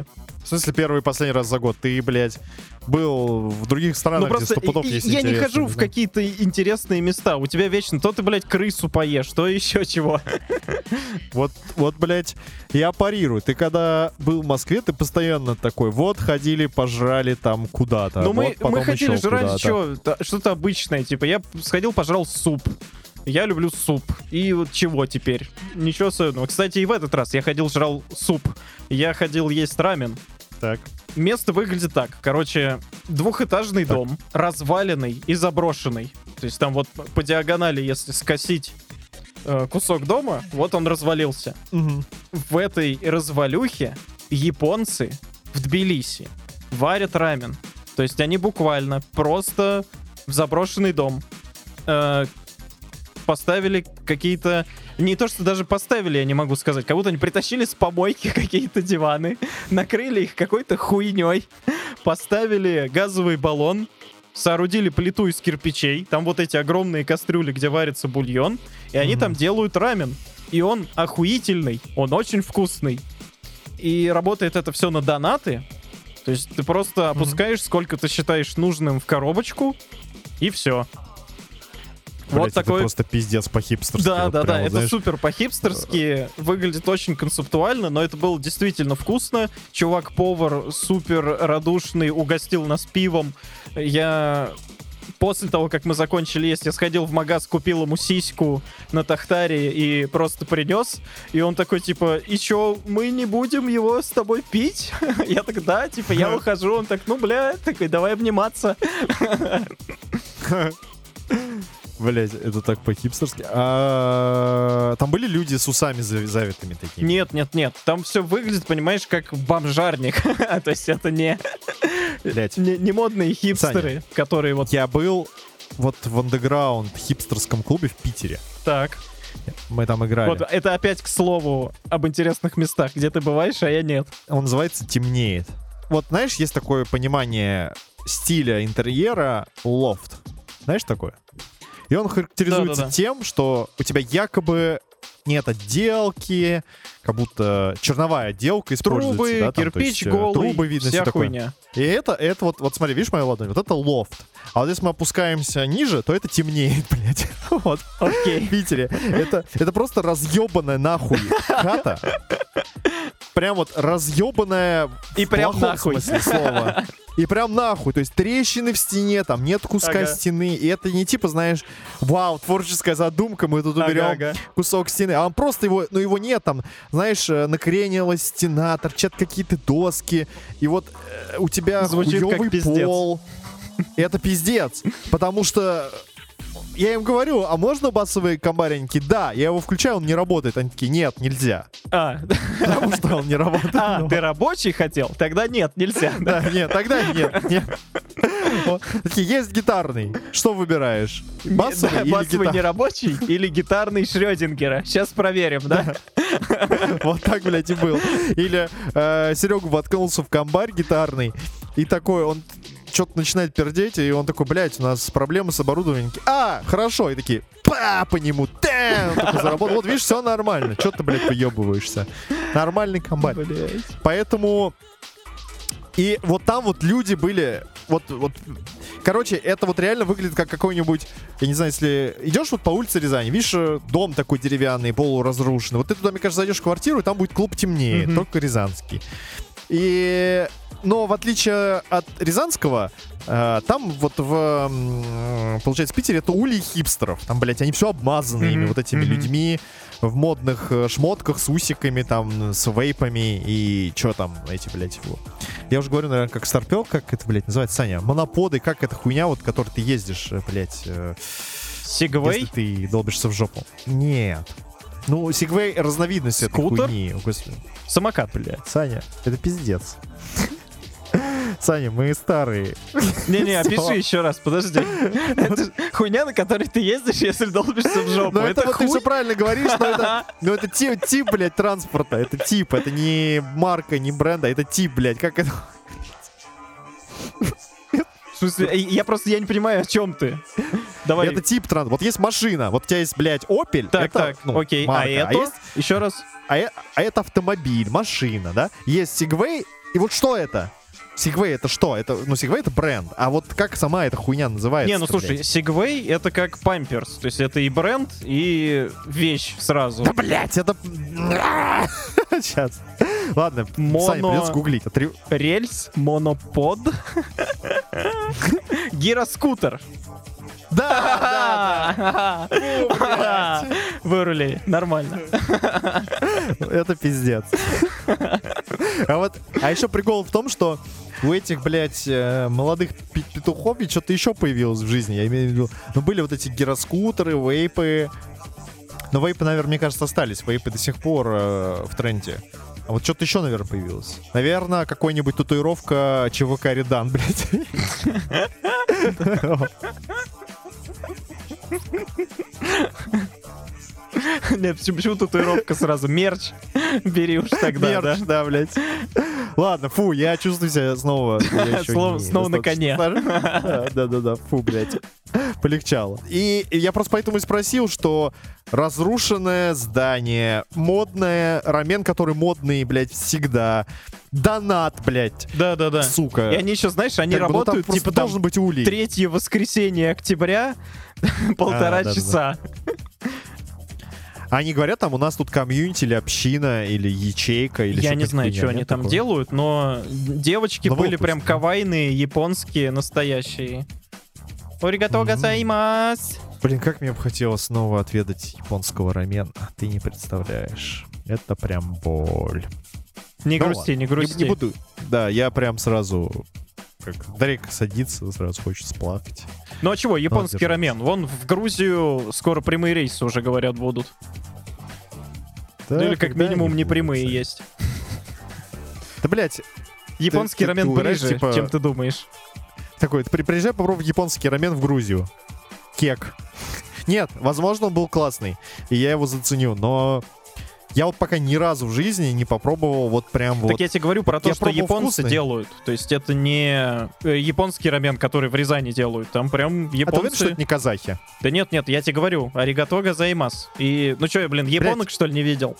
Speaker 2: В смысле, первый и последний раз за год? Ты, блядь, был в других странах,
Speaker 1: Ну
Speaker 2: где
Speaker 1: просто
Speaker 2: сто пудов
Speaker 1: и-
Speaker 2: есть
Speaker 1: я не
Speaker 2: интересные,
Speaker 1: хожу в
Speaker 2: да.
Speaker 1: какие-то интересные места. У тебя вечно то ты, блядь, крысу поешь, то еще чего.
Speaker 2: Вот, вот, блядь, я парирую. Ты когда был в Москве, ты постоянно такой, вот, ходили, пожрали там куда-то.
Speaker 1: Ну
Speaker 2: вот
Speaker 1: мы,
Speaker 2: потом
Speaker 1: мы хотели
Speaker 2: еще
Speaker 1: жрать
Speaker 2: куда-то.
Speaker 1: чё, та- что-то обычное. Типа я сходил, пожрал суп. Я люблю суп. И вот чего теперь? Ничего особенного. Кстати, и в этот раз я ходил, жрал суп. Я ходил есть рамен.
Speaker 2: Так.
Speaker 1: Место выглядит так. Короче, двухэтажный
Speaker 2: Так.
Speaker 1: дом, разваленный и заброшенный. То есть там вот по диагонали, если скосить э, кусок дома, вот он развалился.
Speaker 2: Мгм.
Speaker 1: В этой развалюхе японцы в Тбилиси варят рамен. То есть они буквально просто в заброшенный дом э, поставили какие-то... Не то, что даже поставили, я не могу сказать. Как будто они притащили с помойки какие-то диваны, накрыли их какой-то хуйней, поставили газовый баллон, соорудили плиту из кирпичей. Там вот эти огромные кастрюли, где варится бульон. И они
Speaker 2: Мгм.
Speaker 1: там делают рамен. И он охуительный, он очень вкусный. И работает это все на донаты. То есть ты просто опускаешь, сколько ты считаешь нужным в коробочку, и все.
Speaker 2: Блядь,
Speaker 1: Вот
Speaker 2: это
Speaker 1: такой...
Speaker 2: просто пиздец по-хипстерски.
Speaker 1: Да,
Speaker 2: вот
Speaker 1: да,
Speaker 2: прям,
Speaker 1: да,
Speaker 2: вот,
Speaker 1: это
Speaker 2: знаешь.
Speaker 1: супер по-хипстерски, выглядит очень концептуально, но это было действительно вкусно. Чувак-повар супер радушный, угостил нас пивом. Я... После того, как мы закончили есть, я сходил в магаз, купил ему сиську на Тахтаре и просто принес. И он такой, типа, и чё, мы не будем его с тобой пить? Я так, да, типа, я ухожу. Он так, ну, бля, такой, давай обниматься.
Speaker 2: Блять, это так по-хипстерски. А, там были люди с усами зави- завитыми такими?
Speaker 1: Нет, нет, нет. Там все выглядит, понимаешь, как бомжарник. То есть это не,
Speaker 2: Блять.
Speaker 1: не, не модные хипстеры, которые вот
Speaker 2: Я был вот в андеграунд хипстерском клубе в Питере.
Speaker 1: так.
Speaker 2: Мы там играли.
Speaker 1: Вот это опять к слову об интересных местах, где ты бываешь, а я нет.
Speaker 2: Он называется «Темнеет». Вот, знаешь, есть такое понимание стиля интерьера лофт. Знаешь такое? И он характеризуется
Speaker 1: Да-да-да.
Speaker 2: тем, что у тебя якобы нет отделки, как будто черновая отделка используется.
Speaker 1: Трубы,
Speaker 2: да, там, то
Speaker 1: кирпич
Speaker 2: есть, э,
Speaker 1: голый,
Speaker 2: трубы видно,
Speaker 1: вся
Speaker 2: все такое.
Speaker 1: хуйня.
Speaker 2: И это, это вот, вот смотри, видишь мою ладонь? Вот это лофт. А вот если мы опускаемся ниже, то это темнеет, блядь. Вот.
Speaker 1: Окей.
Speaker 2: В Питере. Это, это просто разъебанная нахуй хата. Прям вот разъебанная
Speaker 1: И
Speaker 2: в
Speaker 1: прям
Speaker 2: плохом
Speaker 1: нахуй.
Speaker 2: смысле слова. И прям нахуй. То есть трещины в стене, там нет куска
Speaker 1: Ага.
Speaker 2: стены. И это не типа, знаешь, вау, творческая задумка, мы тут
Speaker 1: Ага,
Speaker 2: уберем
Speaker 1: ага.
Speaker 2: кусок стены. А он просто его, ну его нет там, знаешь, э, накренилась стена, торчат какие-то доски. И вот э, у тебя
Speaker 1: Звучит как
Speaker 2: хуёвый
Speaker 1: пиздец.
Speaker 2: пол. И это пиздец. Потому что я им говорю, а можно басовые комбареньки? Да, я его включаю, он не работает. Они такие, нет, нельзя.
Speaker 1: А,
Speaker 2: Потому что он не работает.
Speaker 1: а,
Speaker 2: Ну,
Speaker 1: ты рабочий хотел? Тогда нет, нельзя.
Speaker 2: Да, нет, тогда нет, нет. Вот. Такие, есть гитарный. Что выбираешь? Басовый
Speaker 1: Да,
Speaker 2: или
Speaker 1: басовый
Speaker 2: гитарный?
Speaker 1: нерабочий или гитарный Шрёдингера? Сейчас проверим, да?
Speaker 2: Вот так, блядь, и был. Или э, Серега воткнулся в комбарь гитарный, и такой, он что-то начинает пердеть, и он такой, блядь, у нас проблемы с оборудованием. А, хорошо. И такие, па, по нему, тэн, он такой заработал. Вот видишь, все нормально. Че ты, блядь, выебываешься? Нормальный комбарь.
Speaker 1: Блядь.
Speaker 2: Поэтому... И вот там вот люди были... Вот, вот, короче, это вот реально выглядит как какой-нибудь... Я не знаю, если идешь вот по улице Рязани, видишь, э, дом такой деревянный, полуразрушенный. Вот ты туда, мне кажется, зайдешь в квартиру, и там будет клуб темнее,
Speaker 1: Мгм.
Speaker 2: только рязанский. И... Но в отличие от рязанского, э, там вот в, м, получается, в Питере это улей хипстеров. Там, блядь, они все обмазаны ими,
Speaker 1: Мгм,
Speaker 2: вот этими
Speaker 1: мгм.
Speaker 2: людьми в модных э, шмотках с усиками, там, с вейпами и чё там, эти, блядь, его. Я уже говорю, наверное, как старпел, как это, блядь, называется, Саня? Моноподы, как эта хуйня, вот, которой ты ездишь, э, блядь, э,
Speaker 1: Сигвей?
Speaker 2: если ты долбишься в жопу. Нет. Ну, Сигвей — разновидность этой
Speaker 1: Скутер?
Speaker 2: хуйни. О, Господи.
Speaker 1: Самокат.
Speaker 2: Блядь, Саня, это пиздец. Саня, мы старые.
Speaker 1: Не-не,
Speaker 2: Всё.
Speaker 1: опиши еще раз, подожди. Это ж хуйня, на которой ты ездишь, если долбишься в жопу.
Speaker 2: Ну это,
Speaker 1: Это
Speaker 2: вот ты
Speaker 1: хуй?
Speaker 2: все правильно говоришь, но это, ну, это тип, тип, блядь, транспорта. Это тип, это не марка, не бренда, это тип, блядь. Как это?
Speaker 1: В смысле, э, я просто я не понимаю, о чем ты. Давай.
Speaker 2: Это тип транспорта. Вот есть машина, вот у тебя есть, блядь, Opel.
Speaker 1: Так,
Speaker 2: это,
Speaker 1: так,
Speaker 2: ну,
Speaker 1: окей.
Speaker 2: марка.
Speaker 1: А это?
Speaker 2: есть-
Speaker 1: Еще раз.
Speaker 2: а, э- а это автомобиль, машина, да? Есть Segway, И вот что это? Segway это что? Это, ну, Segway это бренд. А вот как сама эта хуйня называется?
Speaker 1: Не, ну слушай, Segway это как памперс. То есть это и бренд, и вещь сразу.
Speaker 2: Да, блядь, это... Сейчас. Ладно,
Speaker 1: Моно...
Speaker 2: Саня, придется гуглить. Отри...
Speaker 1: Рельс, монопод, гироскутер.
Speaker 2: Да, да, да.
Speaker 1: Вырулили, нормально.
Speaker 2: Это пиздец. А вот, а еще прикол в том, что у этих, блядь, молодых петухов ведь что-то еще появилось в жизни. Я имею в виду, ну, были вот эти гироскутеры, вейпы. Но вейпы, наверное, мне кажется, остались. Вейпы до сих пор э, в тренде. А вот что-то еще, наверное, появилось. Наверное, какой-нибудь татуировка ЧВК Редан, блядь.
Speaker 1: Нет, почему татуировка сразу? Мерч. Бери уж тогда,
Speaker 2: Мерч, да, блядь. Ладно, фу, я чувствую себя снова...
Speaker 1: Снова на коне.
Speaker 2: Да-да-да, фу, блядь. Полегчало. И я просто поэтому и спросил, что разрушенное здание, модное, рамен, который модный, блядь, всегда, донат, блядь.
Speaker 1: Да-да-да.
Speaker 2: Сука.
Speaker 1: И они еще, знаешь, они
Speaker 2: как
Speaker 1: работают,
Speaker 2: бы, ну,
Speaker 1: типа,
Speaker 2: должен
Speaker 1: там,
Speaker 2: быть улей.
Speaker 1: третье воскресенье октября, полтора
Speaker 2: а, да,
Speaker 1: часа.
Speaker 2: Да, да. Они говорят, там у нас тут комьюнити или община, или ячейка, или
Speaker 1: Я
Speaker 2: что-то
Speaker 1: не знаю,
Speaker 2: хуйня,
Speaker 1: что они там
Speaker 2: такого?
Speaker 1: делают, но девочки
Speaker 2: Ну,
Speaker 1: были
Speaker 2: выпуск,
Speaker 1: прям
Speaker 2: да.
Speaker 1: кавайные, японские, настоящие. Оригато гозаимас.
Speaker 2: Блин, как мне бы хотелось снова отведать японского рамена. Ты не представляешь. Это прям боль.
Speaker 1: Не
Speaker 2: Ну
Speaker 1: грусти,
Speaker 2: ладно,
Speaker 1: не грусти.
Speaker 2: Не, не буду. Да, я прям сразу... Как Дрейк садится, сразу хочется плакать.
Speaker 1: Ну а чего, японский
Speaker 2: держаться.
Speaker 1: рамен. Вон в Грузию скоро прямые рейсы уже, говорят, будут.
Speaker 2: Да,
Speaker 1: Ну или как
Speaker 2: когда
Speaker 1: минимум
Speaker 2: они
Speaker 1: непрямые
Speaker 2: будут,
Speaker 1: есть.
Speaker 2: Да, блядь,
Speaker 1: Японский
Speaker 2: ты
Speaker 1: рамен
Speaker 2: говоришь,
Speaker 1: ближе,
Speaker 2: типа-
Speaker 1: чем ты думаешь.
Speaker 2: такой, ты при- приезжай, попробуй японский рамен в Грузию. Кек. Нет, возможно, он был классный, и я его заценю, но я вот пока ни разу в жизни не попробовал вот прям вот...
Speaker 1: Так я тебе говорю про то,
Speaker 2: я
Speaker 1: что
Speaker 2: пробовал
Speaker 1: японцы
Speaker 2: вкусный.
Speaker 1: делают. То есть это не э, японский рамен, который в Рязани делают. Там прям
Speaker 2: А ты уверен, что
Speaker 1: японцы...
Speaker 2: это не казахи?
Speaker 1: Да нет, нет, я тебе говорю. Аригато гозаимас. И, ну что, я, блин, японок, что ли, не видел?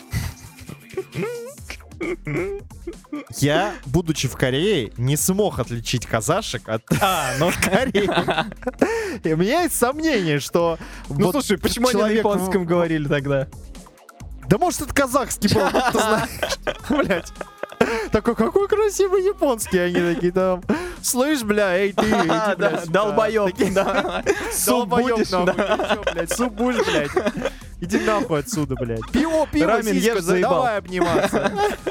Speaker 2: Я, будучи в Корее, не смог отличить казашек от
Speaker 1: А, ну...
Speaker 2: Кореи. И у меня есть сомнение, что...
Speaker 1: Ну
Speaker 2: вот
Speaker 1: слушай, почему они на
Speaker 2: человек в-
Speaker 1: японском говорили тогда?
Speaker 2: Да может это казахский был, ну, ты знаешь. Блять. Такой, какой красивый японский. Они такие там, слышь, бля, эй, ты, иди,
Speaker 1: Да,
Speaker 2: блядь, сюда».
Speaker 1: долбоёб,
Speaker 2: Такие,
Speaker 1: да. Суп
Speaker 2: долбоёб,
Speaker 1: будешь,
Speaker 2: нахуй,
Speaker 1: да.
Speaker 2: ты чё, блядь, суп будешь, блядь. Иди нахуй отсюда, блядь. Пиво, пиво,
Speaker 1: Рамен
Speaker 2: сиська,
Speaker 1: ешь, заебал.
Speaker 2: давай обниматься.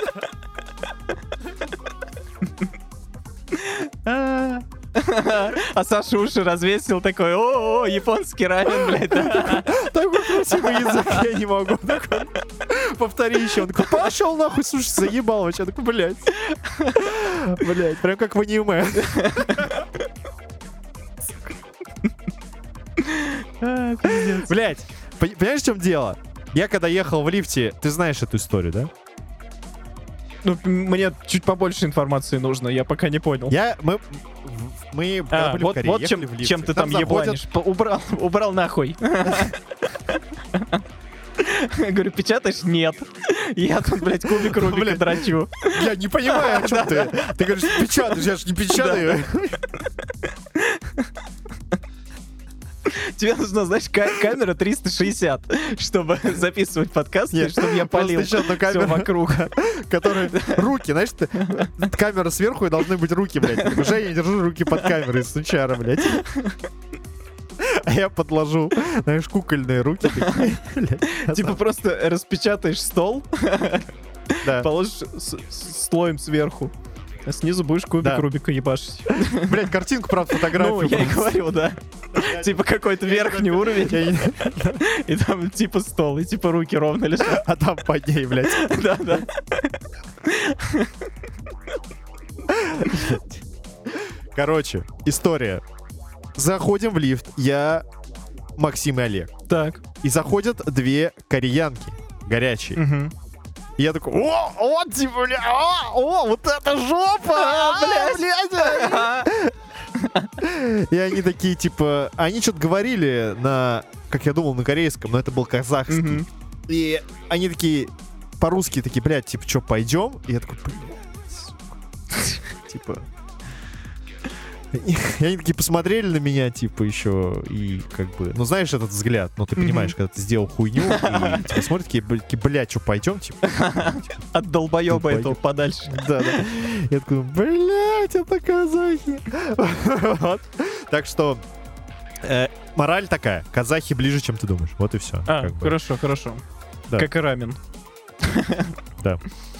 Speaker 1: А Саша уши развесил такой, о, японский рамен, блядь, да.
Speaker 2: Такой красивый язык, я не могу. Такой, повтори еще. Он такой, пошел нахуй, слушай, заебал вообще. Я такой, блядь. Блядь, прям как в аниме. Блядь, пон- понимаешь, в чем дело? Я когда ехал в лифте, ты знаешь эту историю, да?
Speaker 1: Ну, мне чуть побольше информации нужно, я пока не понял.
Speaker 2: Я, мы, в- мы когда
Speaker 1: А,
Speaker 2: были в
Speaker 1: вот,
Speaker 2: Корее,
Speaker 1: вот чем,
Speaker 2: ехали в лифте.
Speaker 1: чем ты
Speaker 2: Нам
Speaker 1: там
Speaker 2: заходят-
Speaker 1: ебланишь. П- Убрал, убрал нахуй. Говорю, печатаешь? Нет. Я тут, блядь, кубик Рубика
Speaker 2: Блядь.
Speaker 1: драчу.
Speaker 2: Я не понимаю, о чем ты. Ты говоришь, печатаешь, я же не печатаю.
Speaker 1: Тебе нужна, знаешь, ка- камера триста шестьдесят, чтобы записывать подкасты,
Speaker 2: Нет,
Speaker 1: чтобы я
Speaker 2: просто
Speaker 1: полил
Speaker 2: еще одна
Speaker 1: все
Speaker 2: камера.
Speaker 1: вокруг.
Speaker 2: Которые руки, знаешь, ты, камера сверху, и должны быть руки, блядь. Уже я держу руки под камерой, сучара, блядь. А я подложу, знаешь, кукольные руки такие, блядь.
Speaker 1: Типа просто распечатаешь стол,
Speaker 2: Да.
Speaker 1: положишь с- с слоем сверху. А снизу будешь кубик
Speaker 2: Да.
Speaker 1: Рубика ебашить.
Speaker 2: Блядь, картинку, правда,
Speaker 1: Ну,
Speaker 2: фотографию.
Speaker 1: я и
Speaker 2: просто.
Speaker 1: говорю, да. Типа какой-то верхний уровень,
Speaker 2: Я не-
Speaker 1: и там типа стол, и типа руки ровно лежат.
Speaker 2: А там под ней, блядь.
Speaker 1: Да, да.
Speaker 2: Короче, история. Заходим в лифт, я, Максим и Олег.
Speaker 1: Так.
Speaker 2: И заходят две кореянки горячие.
Speaker 1: Мгм.
Speaker 2: И я такой, о, вот, типа, бля, о, о, вот это жопа, а, блядь. И они такие, типа, они что-то говорили на, как я думал, на корейском, но это был казахский.
Speaker 1: Мгм.
Speaker 2: И они такие, по-русски такие, блядь, типа, что, пойдем? И я такой, блядь, сука. типа... И они такие посмотрели на меня, типа, еще, и как бы... Ну, знаешь этот взгляд, ну, ты понимаешь, mm-hmm. когда ты сделал хуйню, и типа смотрят, такие, бля, что, пойдем, типа?
Speaker 1: От долбоеба этого подальше.
Speaker 2: Да, да. Я такой, блядь, это казахи. Так что... Мораль такая, казахи ближе, чем ты думаешь. Вот и все.
Speaker 1: А, хорошо, хорошо. Как и рамен.
Speaker 2: Да.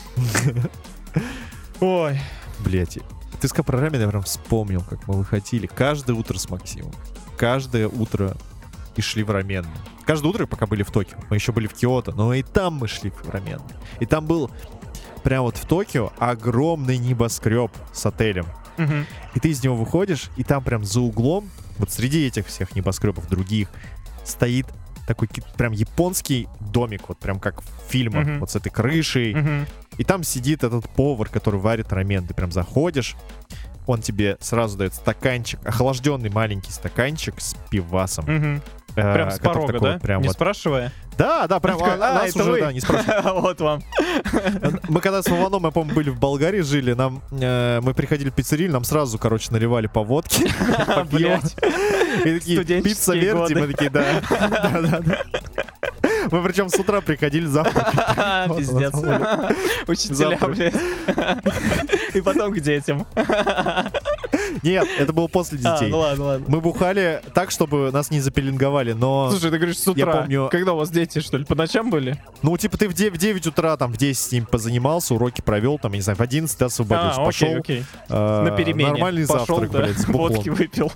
Speaker 1: Ой.
Speaker 2: Блядь. Ты сказал про рамен, я прям вспомнил, как мы выходили. Каждое утро с Максимом. Каждое утро и шли в рамен. Каждое утро, пока были в Токио. Мы еще были в Киото, но и там мы шли в рамен. И там был прям вот в Токио огромный небоскреб с отелем.
Speaker 1: Угу.
Speaker 2: И ты из него выходишь, и там прям за углом, вот среди этих всех небоскребов других, стоит такой прям японский домик, вот прям как в фильмах, uh-huh. вот с этой крышей.
Speaker 1: Uh-huh.
Speaker 2: И там сидит этот повар, который варит рамен. Ты прям заходишь, он тебе сразу дает стаканчик, охлажденный маленький стаканчик с пивасом.
Speaker 1: Uh-huh. Э, прям с порога, да?
Speaker 2: Вот, прям
Speaker 1: не
Speaker 2: вот...
Speaker 1: спрашивая?
Speaker 2: Да, да, прям а,
Speaker 1: а,
Speaker 2: нас уже,
Speaker 1: вы?
Speaker 2: да, не спрашивая.
Speaker 1: Вот вам.
Speaker 2: Мы когда с Вованом, я помню, были в Болгарии, жили, нам, э, мы приходили в пиццерию, нам сразу, короче, наливали по водке, по пиву. И такие, пицца Верди, мы такие, да, да, да, да. Мы причем с утра приходили завтракать.
Speaker 1: Пиздец. Учителя, блядь. И потом к детям.
Speaker 2: Нет, это было после детей.
Speaker 1: А, ну ладно, ладно.
Speaker 2: Мы бухали так, чтобы нас не запеленговали, но...
Speaker 1: Слушай, ты говоришь с утра.
Speaker 2: Я помню...
Speaker 1: Когда у вас дети, что ли, по ночам были?
Speaker 2: Ну, типа, ты в девять утра, там, в десять с ним позанимался, уроки провел, там, я не знаю, в одиннадцать ты освободился.
Speaker 1: А,
Speaker 2: пошел,
Speaker 1: окей, окей.
Speaker 2: Э,
Speaker 1: на перемене.
Speaker 2: Нормальный
Speaker 1: пошел,
Speaker 2: завтрак,
Speaker 1: да,
Speaker 2: блядь, с бухлом.
Speaker 1: водки выпил.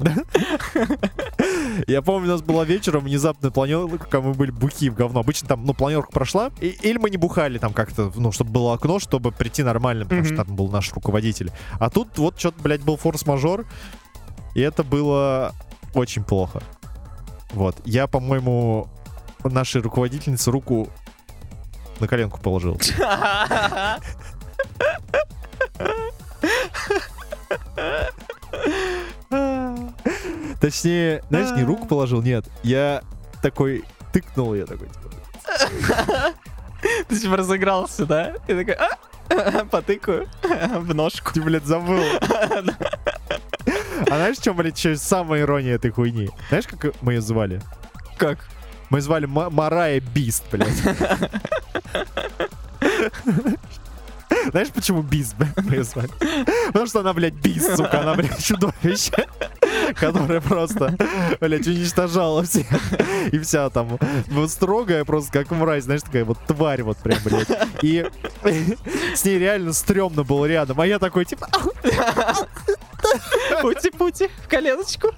Speaker 2: Я помню, у нас была вечером внезапная планерка, когда мы были бухи в говно. Обычно там, ну, планерка прошла, и, или мы не бухали там как-то, ну, чтобы было окно, чтобы прийти нормально, потому mm-hmm. что там был наш руководитель. А тут вот что-то, блядь, был форс-мажор, и это было очень плохо. Вот. Я, по-моему, нашей руководительнице руку на коленку положил. Точнее, знаешь, не руку положил, нет. Я такой тыкнул, я такой, типа...
Speaker 1: Ты типа разыгрался, да? И такой, а? Потыкаю в ножку.
Speaker 2: Ты, блядь, забыл. А знаешь, в чем, блядь, еще самая ирония этой хуйни? Знаешь, как мы ее звали?
Speaker 1: Как?
Speaker 2: Мы звали Марая Бист, блядь. Знаешь, почему Бист, блядь, мы ее звали? Потому что она, блядь, Бист, сука, она, блядь, чудовище, которое просто, блядь, уничтожала всех. И вся там вот строгая, просто как мразь, знаешь, такая вот тварь вот прям, блядь. И с ней реально стрёмно было рядом. А я такой, типа...
Speaker 1: Пути-пути, в коленочку.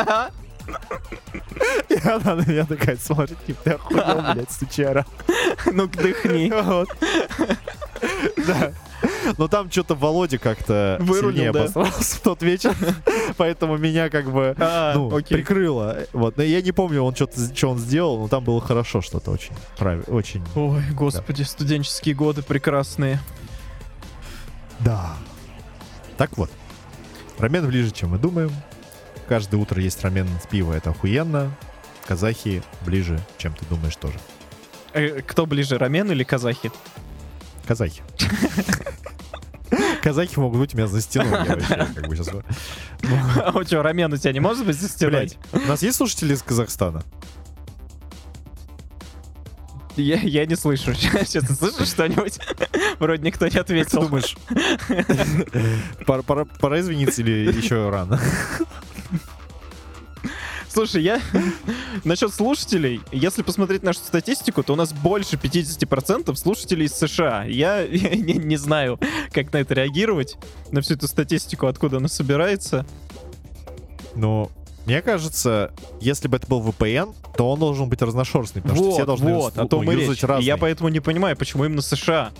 Speaker 2: И она на меня такая смотрит, типа, ты охуел, блядь, сучара.
Speaker 1: Ну-ка, дыхни.
Speaker 2: Вот. Да. Но там что-то Володя как-то
Speaker 1: вырулил,
Speaker 2: сильнее
Speaker 1: да?
Speaker 2: обосрался в тот вечер, поэтому меня как бы
Speaker 1: а,
Speaker 2: ну, прикрыло. Вот. Но я не помню, он что-то, что он сделал, но там было хорошо что-то очень. Правильно, очень.
Speaker 1: Ой, господи, да. Студенческие годы прекрасные.
Speaker 2: Да. Так вот. Рамен ближе, чем мы думаем. Каждое утро есть рамен с пива, это охуенно. Казахи ближе, чем ты думаешь тоже.
Speaker 1: Э, кто ближе, рамен или казахи?
Speaker 2: Казахи. Казахи могут быть у меня за стеной. Я вообще как бы сейчас...
Speaker 1: А что, рамен у тебя не может быть за стеной?
Speaker 2: У нас есть слушатели из Казахстана?
Speaker 1: Я, я не слышу. Сейчас ты слышишь что-нибудь? Вроде никто не ответил.
Speaker 2: Как ты думаешь? Пора, пора, пора извиниться или еще рано?
Speaker 1: Слушай, я... Насчет слушателей, если посмотреть нашу статистику, то у нас больше пятьдесят процентов слушателей из США. Я, я не, не знаю, как на это реагировать, на всю эту статистику, откуда она собирается.
Speaker 2: Ну, мне кажется, если бы это был ви пи эн, то он должен быть разношерстный, потому
Speaker 1: вот,
Speaker 2: что все должны
Speaker 1: вот, а то мы
Speaker 2: юзать разные.
Speaker 1: И я поэтому не понимаю, почему именно США.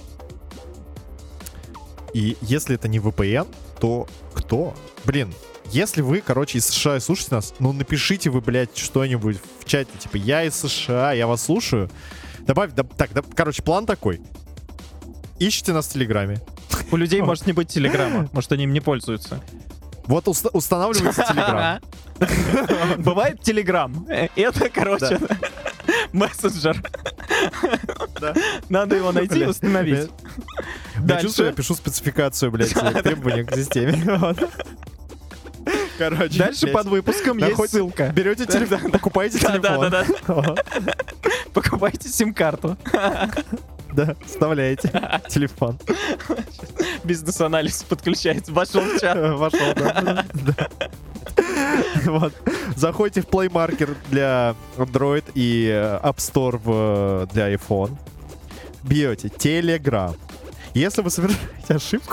Speaker 2: И если это не ви пи эн, то кто? Блин, если вы, короче, из США и слушаете нас, ну напишите вы, блядь, что-нибудь в чате, типа, я из США, я вас слушаю. Добавь, да, так, да, короче, план такой. Ищите нас в Телеграме.
Speaker 1: У людей может не быть Телеграма, может они им не пользуются.
Speaker 2: Вот уст- устанавливайте Телеграм.
Speaker 1: Бывает Телеграм. Это, короче, мессенджер. Надо его найти и установить.
Speaker 2: Я чувствую, я пишу спецификацию, блядь, требования к системе. Короче,
Speaker 1: дальше под выпуском есть ссылка.
Speaker 2: Берете телефон, покупаете телефон.
Speaker 1: Да-да-да. Покупайте сим-карту.
Speaker 2: Да, вставляете телефон.
Speaker 1: Бизнес-анализ подключается. Вошел в чат.
Speaker 2: Вошел, да. Вот. Заходите в Play Market для Android и App Store в, для iPhone. Бьете Telegram. Если вы совершаете ошибку...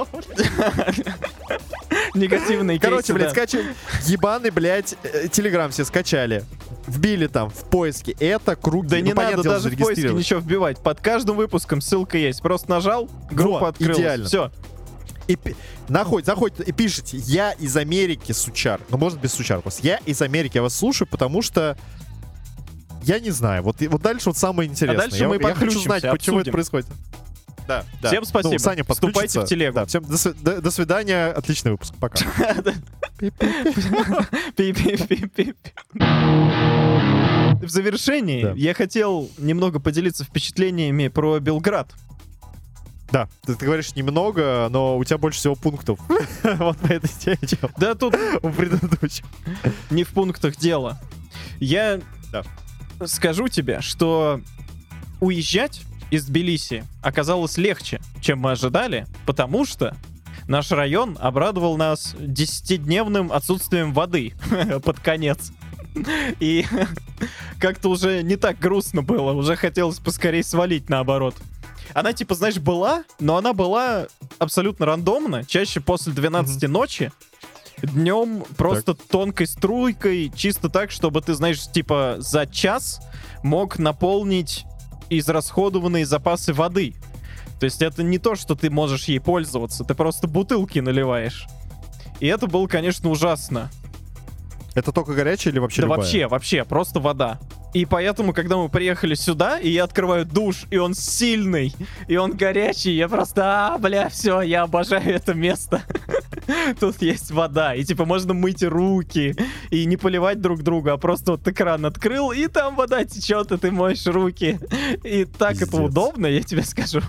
Speaker 1: Негативные кейсы.
Speaker 2: Короче, блядь, скачиваем. Ебаный, блядь, Telegram все скачали. Вбили там в поиске. Это круги.
Speaker 1: Да не надо даже в поиске ничего вбивать. Под каждым выпуском ссылка есть. Просто нажал, группа открылась.
Speaker 2: Идеально.
Speaker 1: Все.
Speaker 2: И находите, заходите и пишите: я из Америки, сучар. Ну, может, без сучар просто. Я из Америки, я вас слушаю, потому что я не знаю. Вот, вот дальше вот самое интересное.
Speaker 1: А дальше
Speaker 2: я,
Speaker 1: мы
Speaker 2: я хочу знать,
Speaker 1: обсудим.
Speaker 2: почему это происходит. Да, да.
Speaker 1: Всем спасибо.
Speaker 2: Ну, Саня
Speaker 1: вступайте в телегу.
Speaker 2: Да, всем до, до, до свидания. Отличный выпуск. Пока.
Speaker 1: В завершении я хотел немного поделиться впечатлениями про Белград.
Speaker 2: Да, ты, ты говоришь немного, но у тебя больше всего пунктов. Вот по этой теме, чем
Speaker 1: да тут
Speaker 2: у предыдущих.
Speaker 1: Не в пунктах дело. Я
Speaker 2: да.
Speaker 1: скажу тебе, что уезжать из Тбилиси оказалось легче, чем мы ожидали, потому что наш район обрадовал нас десятидневным отсутствием воды под конец. И как-то уже не так грустно было, уже хотелось поскорее свалить наоборот. Она, типа, знаешь, была, но она была абсолютно рандомно, чаще после двенадцати mm-hmm. ночи, днем просто так. тонкой струйкой, чисто так, чтобы ты, знаешь, типа, за час мог наполнить израсходованные запасы воды. То есть это не то, что ты можешь ей пользоваться, ты просто бутылки наливаешь. И это было, конечно, ужасно.
Speaker 2: Это только горячая или вообще
Speaker 1: Да
Speaker 2: любая?
Speaker 1: вообще, вообще, просто вода. И поэтому, когда мы приехали сюда, и я открываю душ, и он сильный, и он горячий, я просто, а, бля, все, я обожаю это место. Тут есть вода, и типа можно мыть руки, и не поливать друг друга, а просто вот экран открыл, и там вода течет, и ты моешь руки. И так Пиздец. Это удобно, я тебе скажу.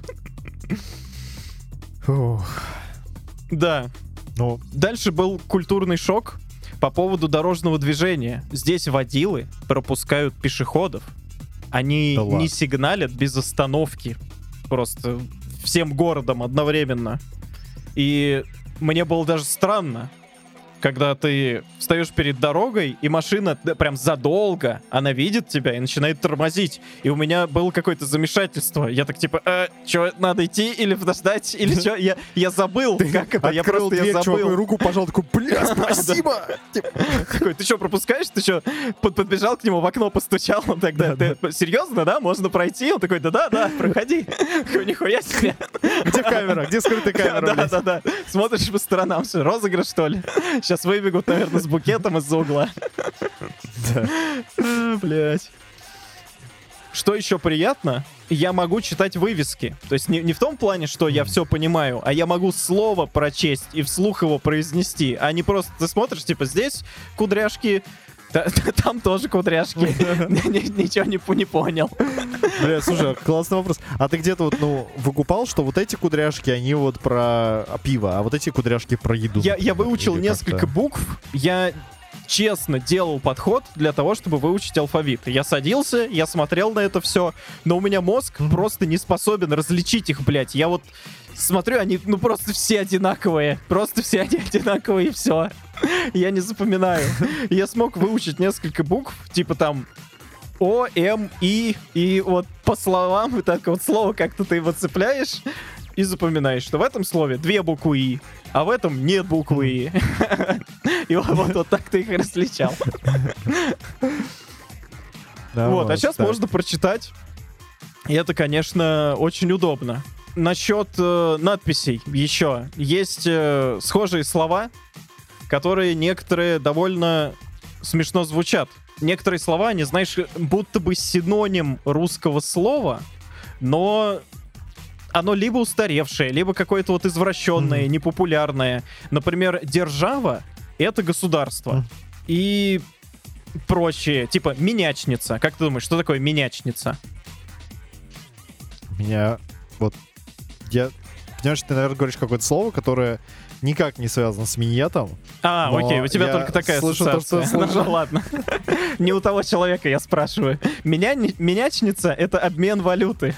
Speaker 2: Фух.
Speaker 1: Да.
Speaker 2: Ну.
Speaker 1: Дальше был культурный шок по поводу дорожного движения. Здесь водилы пропускают пешеходов. Они
Speaker 2: да
Speaker 1: не сигналят без остановки. Просто всем городом одновременно. И мне было даже странно, когда ты встаешь перед дорогой, и машина прям задолго, она видит тебя и начинает тормозить. И у меня было какое-то замешательство. Я так типа, э, чё, надо идти или подождать, или чё? Я, я забыл,
Speaker 2: ты
Speaker 1: как это, я просто
Speaker 2: дверь,
Speaker 1: я забыл.
Speaker 2: Чувак, руку пожал, такой, бля, спасибо!
Speaker 1: Такой, ты что, пропускаешь? Ты что, подбежал к нему, в окно постучал? Он тогда, серьезно, да? Можно пройти? Он такой, да-да-да, проходи. Нихуя себе.
Speaker 2: Где камера? Где скрытая камера?
Speaker 1: Да-да-да. Смотришь по сторонам, все, розыгрыш, что ли? Сейчас выбегут, наверное, с букетом из-за угла.
Speaker 2: Да.
Speaker 1: Блять. Что еще приятно? Я могу читать вывески. То есть не, не в том плане, что я все понимаю, а я могу слово прочесть и вслух его произнести, а не просто ты смотришь, типа, здесь кудряшки, там тоже кудряшки. Ничего не понял.
Speaker 2: Бля, слушай, классный вопрос. А ты где-то вот, ну, выкупал, что вот эти кудряшки, они вот про пиво, а вот эти кудряшки про еду?
Speaker 1: Я, я выучил несколько букв. Я честно делал подход для того, чтобы выучить алфавит. Я садился, я смотрел на это все, но у меня мозг mm-hmm. просто не способен различить их, блядь. Я вот смотрю, они, ну, просто все одинаковые. Просто все они одинаковые, и все. Я не запоминаю. Я смог выучить несколько букв, типа там О, М, И, и вот по словам, вот так вот слово как-то ты его цепляешь и запоминаешь, что в этом слове две буквы И, а в этом нет буквы И. И вот, вот, вот так ты их различал. Вот, а сейчас можно прочитать. И это, конечно, очень удобно. Насчет э, надписей еще. Есть э, схожие слова, которые некоторые довольно смешно звучат. Некоторые слова, они, знаешь, будто бы синоним русского слова, но оно либо устаревшее, либо какое-то вот извращенное, mm-hmm. непопулярное. Например, держава — это государство. Mm-hmm. И прочее. Типа менячница. Как ты думаешь, что такое менячница?
Speaker 2: Меня вот... Я Понимаешь, ты, наверное, говоришь какое-то слово, которое никак не связано с миньетом.
Speaker 1: А,
Speaker 2: но
Speaker 1: окей, у тебя
Speaker 2: я
Speaker 1: только такая
Speaker 2: слышу то, что
Speaker 1: ассоциация.
Speaker 2: слышу.
Speaker 1: Ну, ладно. Не у того человека я спрашиваю. Меня, менячница — это обмен валюты.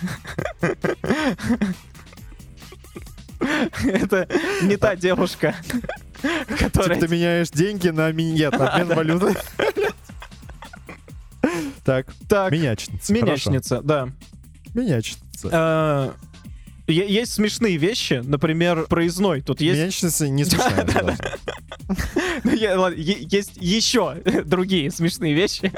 Speaker 1: Это не та девушка, которая...
Speaker 2: Типа ты меняешь деньги на миньет, обмен валюты. Так,
Speaker 1: Так,
Speaker 2: менячница.
Speaker 1: менячница, да.
Speaker 2: хорошо. Менячница.
Speaker 1: А, е- Есть смешные вещи, например, проездной. Тут есть...
Speaker 2: Менячница не смешная.
Speaker 1: Да,
Speaker 2: да.
Speaker 1: Ну, я- ладно, е- есть еще другие смешные вещи.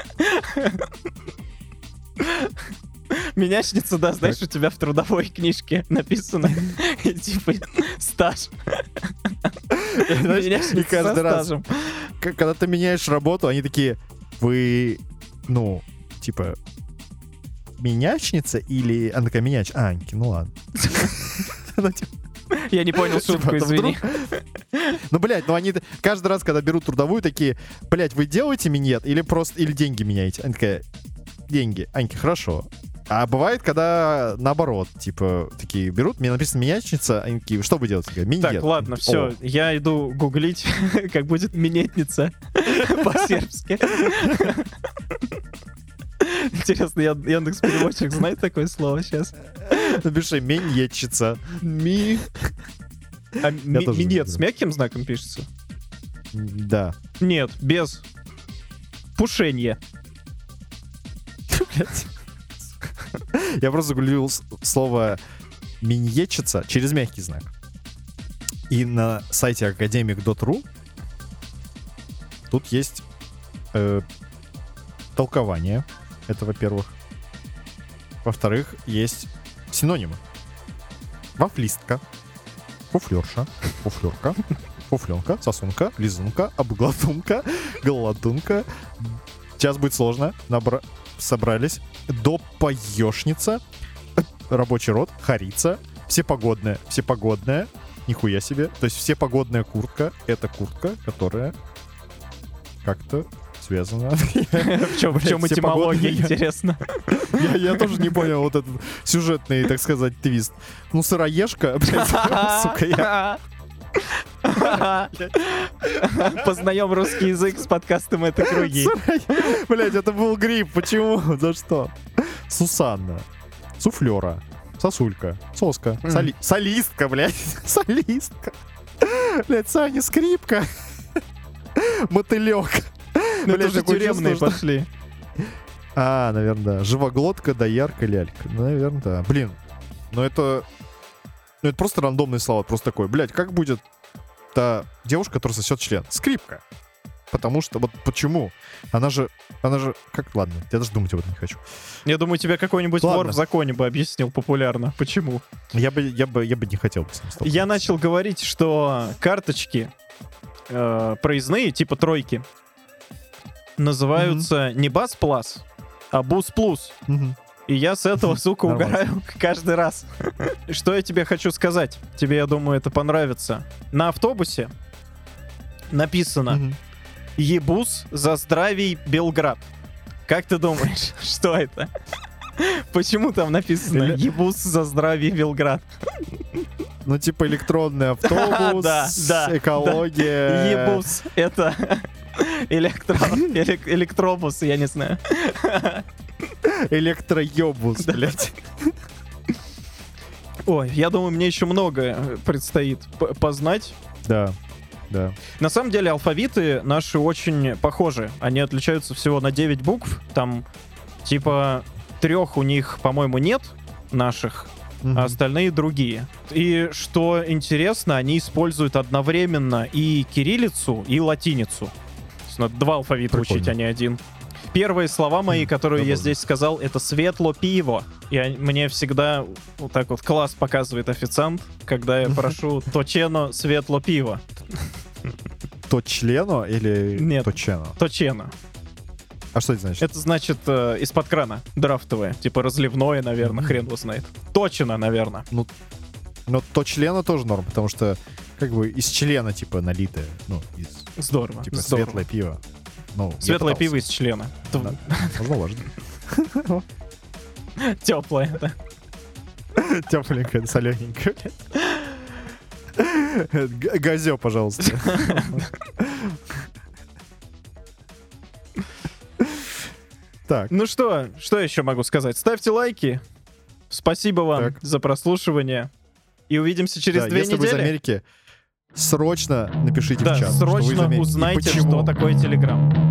Speaker 1: Менячница, да, знаешь, у тебя в трудовой книжке написано, типа, стаж.
Speaker 2: Знаешь, и
Speaker 1: Менячница
Speaker 2: каждый
Speaker 1: со
Speaker 2: раз,
Speaker 1: стажем.
Speaker 2: к- когда ты меняешь работу, они такие, вы, ну, типа, менячница или... Она такая, меняч... А, Аньки, ну ладно. Она типа,
Speaker 1: Я не понял шутку,
Speaker 2: Типа,
Speaker 1: извини.
Speaker 2: ну, блядь, ну они каждый раз, когда берут трудовую, такие, блядь, вы делаете миньет или просто, или деньги меняете? Она такая, деньги. Аньки, хорошо. А бывает, когда наоборот, типа, такие берут, мне написано менячница, они такие, что вы делаете? Такая, миньет.
Speaker 1: Так, ладно, все,
Speaker 2: О.
Speaker 1: я иду гуглить, как будет минетница по-сербски. Интересно, я- Яндекс.Переводчик знает такое слово сейчас?
Speaker 2: Напиши, меньетчица.
Speaker 1: Ми... А ми-
Speaker 2: тоже
Speaker 1: минет
Speaker 2: не
Speaker 1: с мягким знаком пишется?
Speaker 2: Да.
Speaker 1: Нет, без. Пушенье.
Speaker 2: Блядь. Я просто загуглил с- слово миньетчица через мягкий знак. И на сайте академик точка ру тут есть э, толкование. Это, во-первых. Во-вторых, есть синонимы. Вафлистка, фуфлерша, фуфлерка, фуфленка, сосунка, лизунка, обгладунка, голодунка. Сейчас будет сложно. Набра... Собрались. Допоешница, рабочий род, харица, всепогодная, всепогодная, нихуя себе. То есть всепогодная куртка — это куртка, которая как-то связана.
Speaker 1: В чем, в
Speaker 2: Блядь,
Speaker 1: чем
Speaker 2: все
Speaker 1: этимология,
Speaker 2: погодные.
Speaker 1: интересно?
Speaker 2: Я, я тоже не понял вот этот сюжетный, так сказать, твист. Ну, сыроежка, блядь, сука, я...
Speaker 1: Познаем русский язык с подкастом «Это круги».
Speaker 2: Сыроe- Блядь, это был гриб, почему? За что? Сусанна, суфлера, сосулька, соска,
Speaker 1: Мгм.
Speaker 2: соли- солистка, блядь, солистка. Блядь, Саня, скрипка, мотылек.
Speaker 1: Ну, это
Speaker 2: Блядь,
Speaker 1: уже
Speaker 2: такое
Speaker 1: тюремные
Speaker 2: чувство, что-
Speaker 1: пошли.
Speaker 2: А, наверное, да. Живоглотка, доярка, лялька. Наверное, да. Блин, ну это... Ну это просто рандомные слова. Просто такое, блядь, как будет та девушка, которая сосет член? Скрипка. Потому что, вот почему? Она же... Она же... Как? Ладно, я даже думать об этом не хочу.
Speaker 1: Я думаю, тебе какой-нибудь
Speaker 2: Ладно.
Speaker 1: вор в законе бы объяснил популярно. Почему?
Speaker 2: Я бы, я бы, я бы не хотел бы с ним столкнуться.
Speaker 1: Я начал говорить, что карточки э, проездные, типа тройки, называются не Бас Плас, а Бус Плюс.
Speaker 2: Мгм.
Speaker 1: И я с этого, сука,
Speaker 2: Нормально.
Speaker 1: угораю каждый раз. Что я тебе хочу сказать? Тебе, я думаю, это понравится. На автобусе написано
Speaker 2: Мгм.
Speaker 1: «Ебус за здравий Белград». Как ты думаешь, что это? Почему там написано
Speaker 2: Или-
Speaker 1: «Ебус за здравий Белград»?
Speaker 2: Ну типа электронный автобус,
Speaker 1: Да, да,
Speaker 2: экология.
Speaker 1: Ебус — это электро... элек- электробус, я не знаю.
Speaker 2: Электроебус,
Speaker 1: Да.
Speaker 2: блядь.
Speaker 1: Ой, я думаю, мне еще многое предстоит п- познать.
Speaker 2: Да, да.
Speaker 1: На самом деле алфавиты наши очень похожи. Они отличаются всего на девять букв. Там типа трех у них, по-моему, нет наших,
Speaker 2: Мгм.
Speaker 1: а остальные другие. И что интересно, они используют одновременно и кириллицу, и латиницу. То есть надо два алфавита
Speaker 2: Прикольно.
Speaker 1: учить, а не один. Первые слова мои,
Speaker 2: М,
Speaker 1: которые я
Speaker 2: забавно.
Speaker 1: здесь сказал, это светло пиво. И они- мне всегда вот так вот класс показывает официант, когда я прошу точено светло пиво.
Speaker 2: То члено или
Speaker 1: Нет.
Speaker 2: то чено?
Speaker 1: Точено.
Speaker 2: А что это значит?
Speaker 1: Это значит э, из-под крана, драфтовое. Типа разливное, наверное,
Speaker 2: Мгм.
Speaker 1: хрен его знает. Точено, наверное.
Speaker 2: Но то члена тоже норм, потому что как бы из члена типа налитое, ну, из
Speaker 1: Здорово.
Speaker 2: типа
Speaker 1: здорово.
Speaker 2: светлое пиво. Ну, я
Speaker 1: Светлое
Speaker 2: пытался.
Speaker 1: пиво из члена.
Speaker 2: Да. Можно важно.
Speaker 1: Теплое.
Speaker 2: Тепленькое, солененькое. Г- Газё, пожалуйста. Так,
Speaker 1: Ну что, что еще могу сказать? Ставьте лайки. Спасибо вам
Speaker 2: Так.
Speaker 1: за прослушивание. И увидимся через
Speaker 2: да,
Speaker 1: две
Speaker 2: если вы из
Speaker 1: недели.
Speaker 2: Америки, срочно напишите
Speaker 1: Да,
Speaker 2: в чат, что вы из
Speaker 1: срочно
Speaker 2: Америки. И
Speaker 1: узнайте,
Speaker 2: почему.
Speaker 1: что такое Телеграм.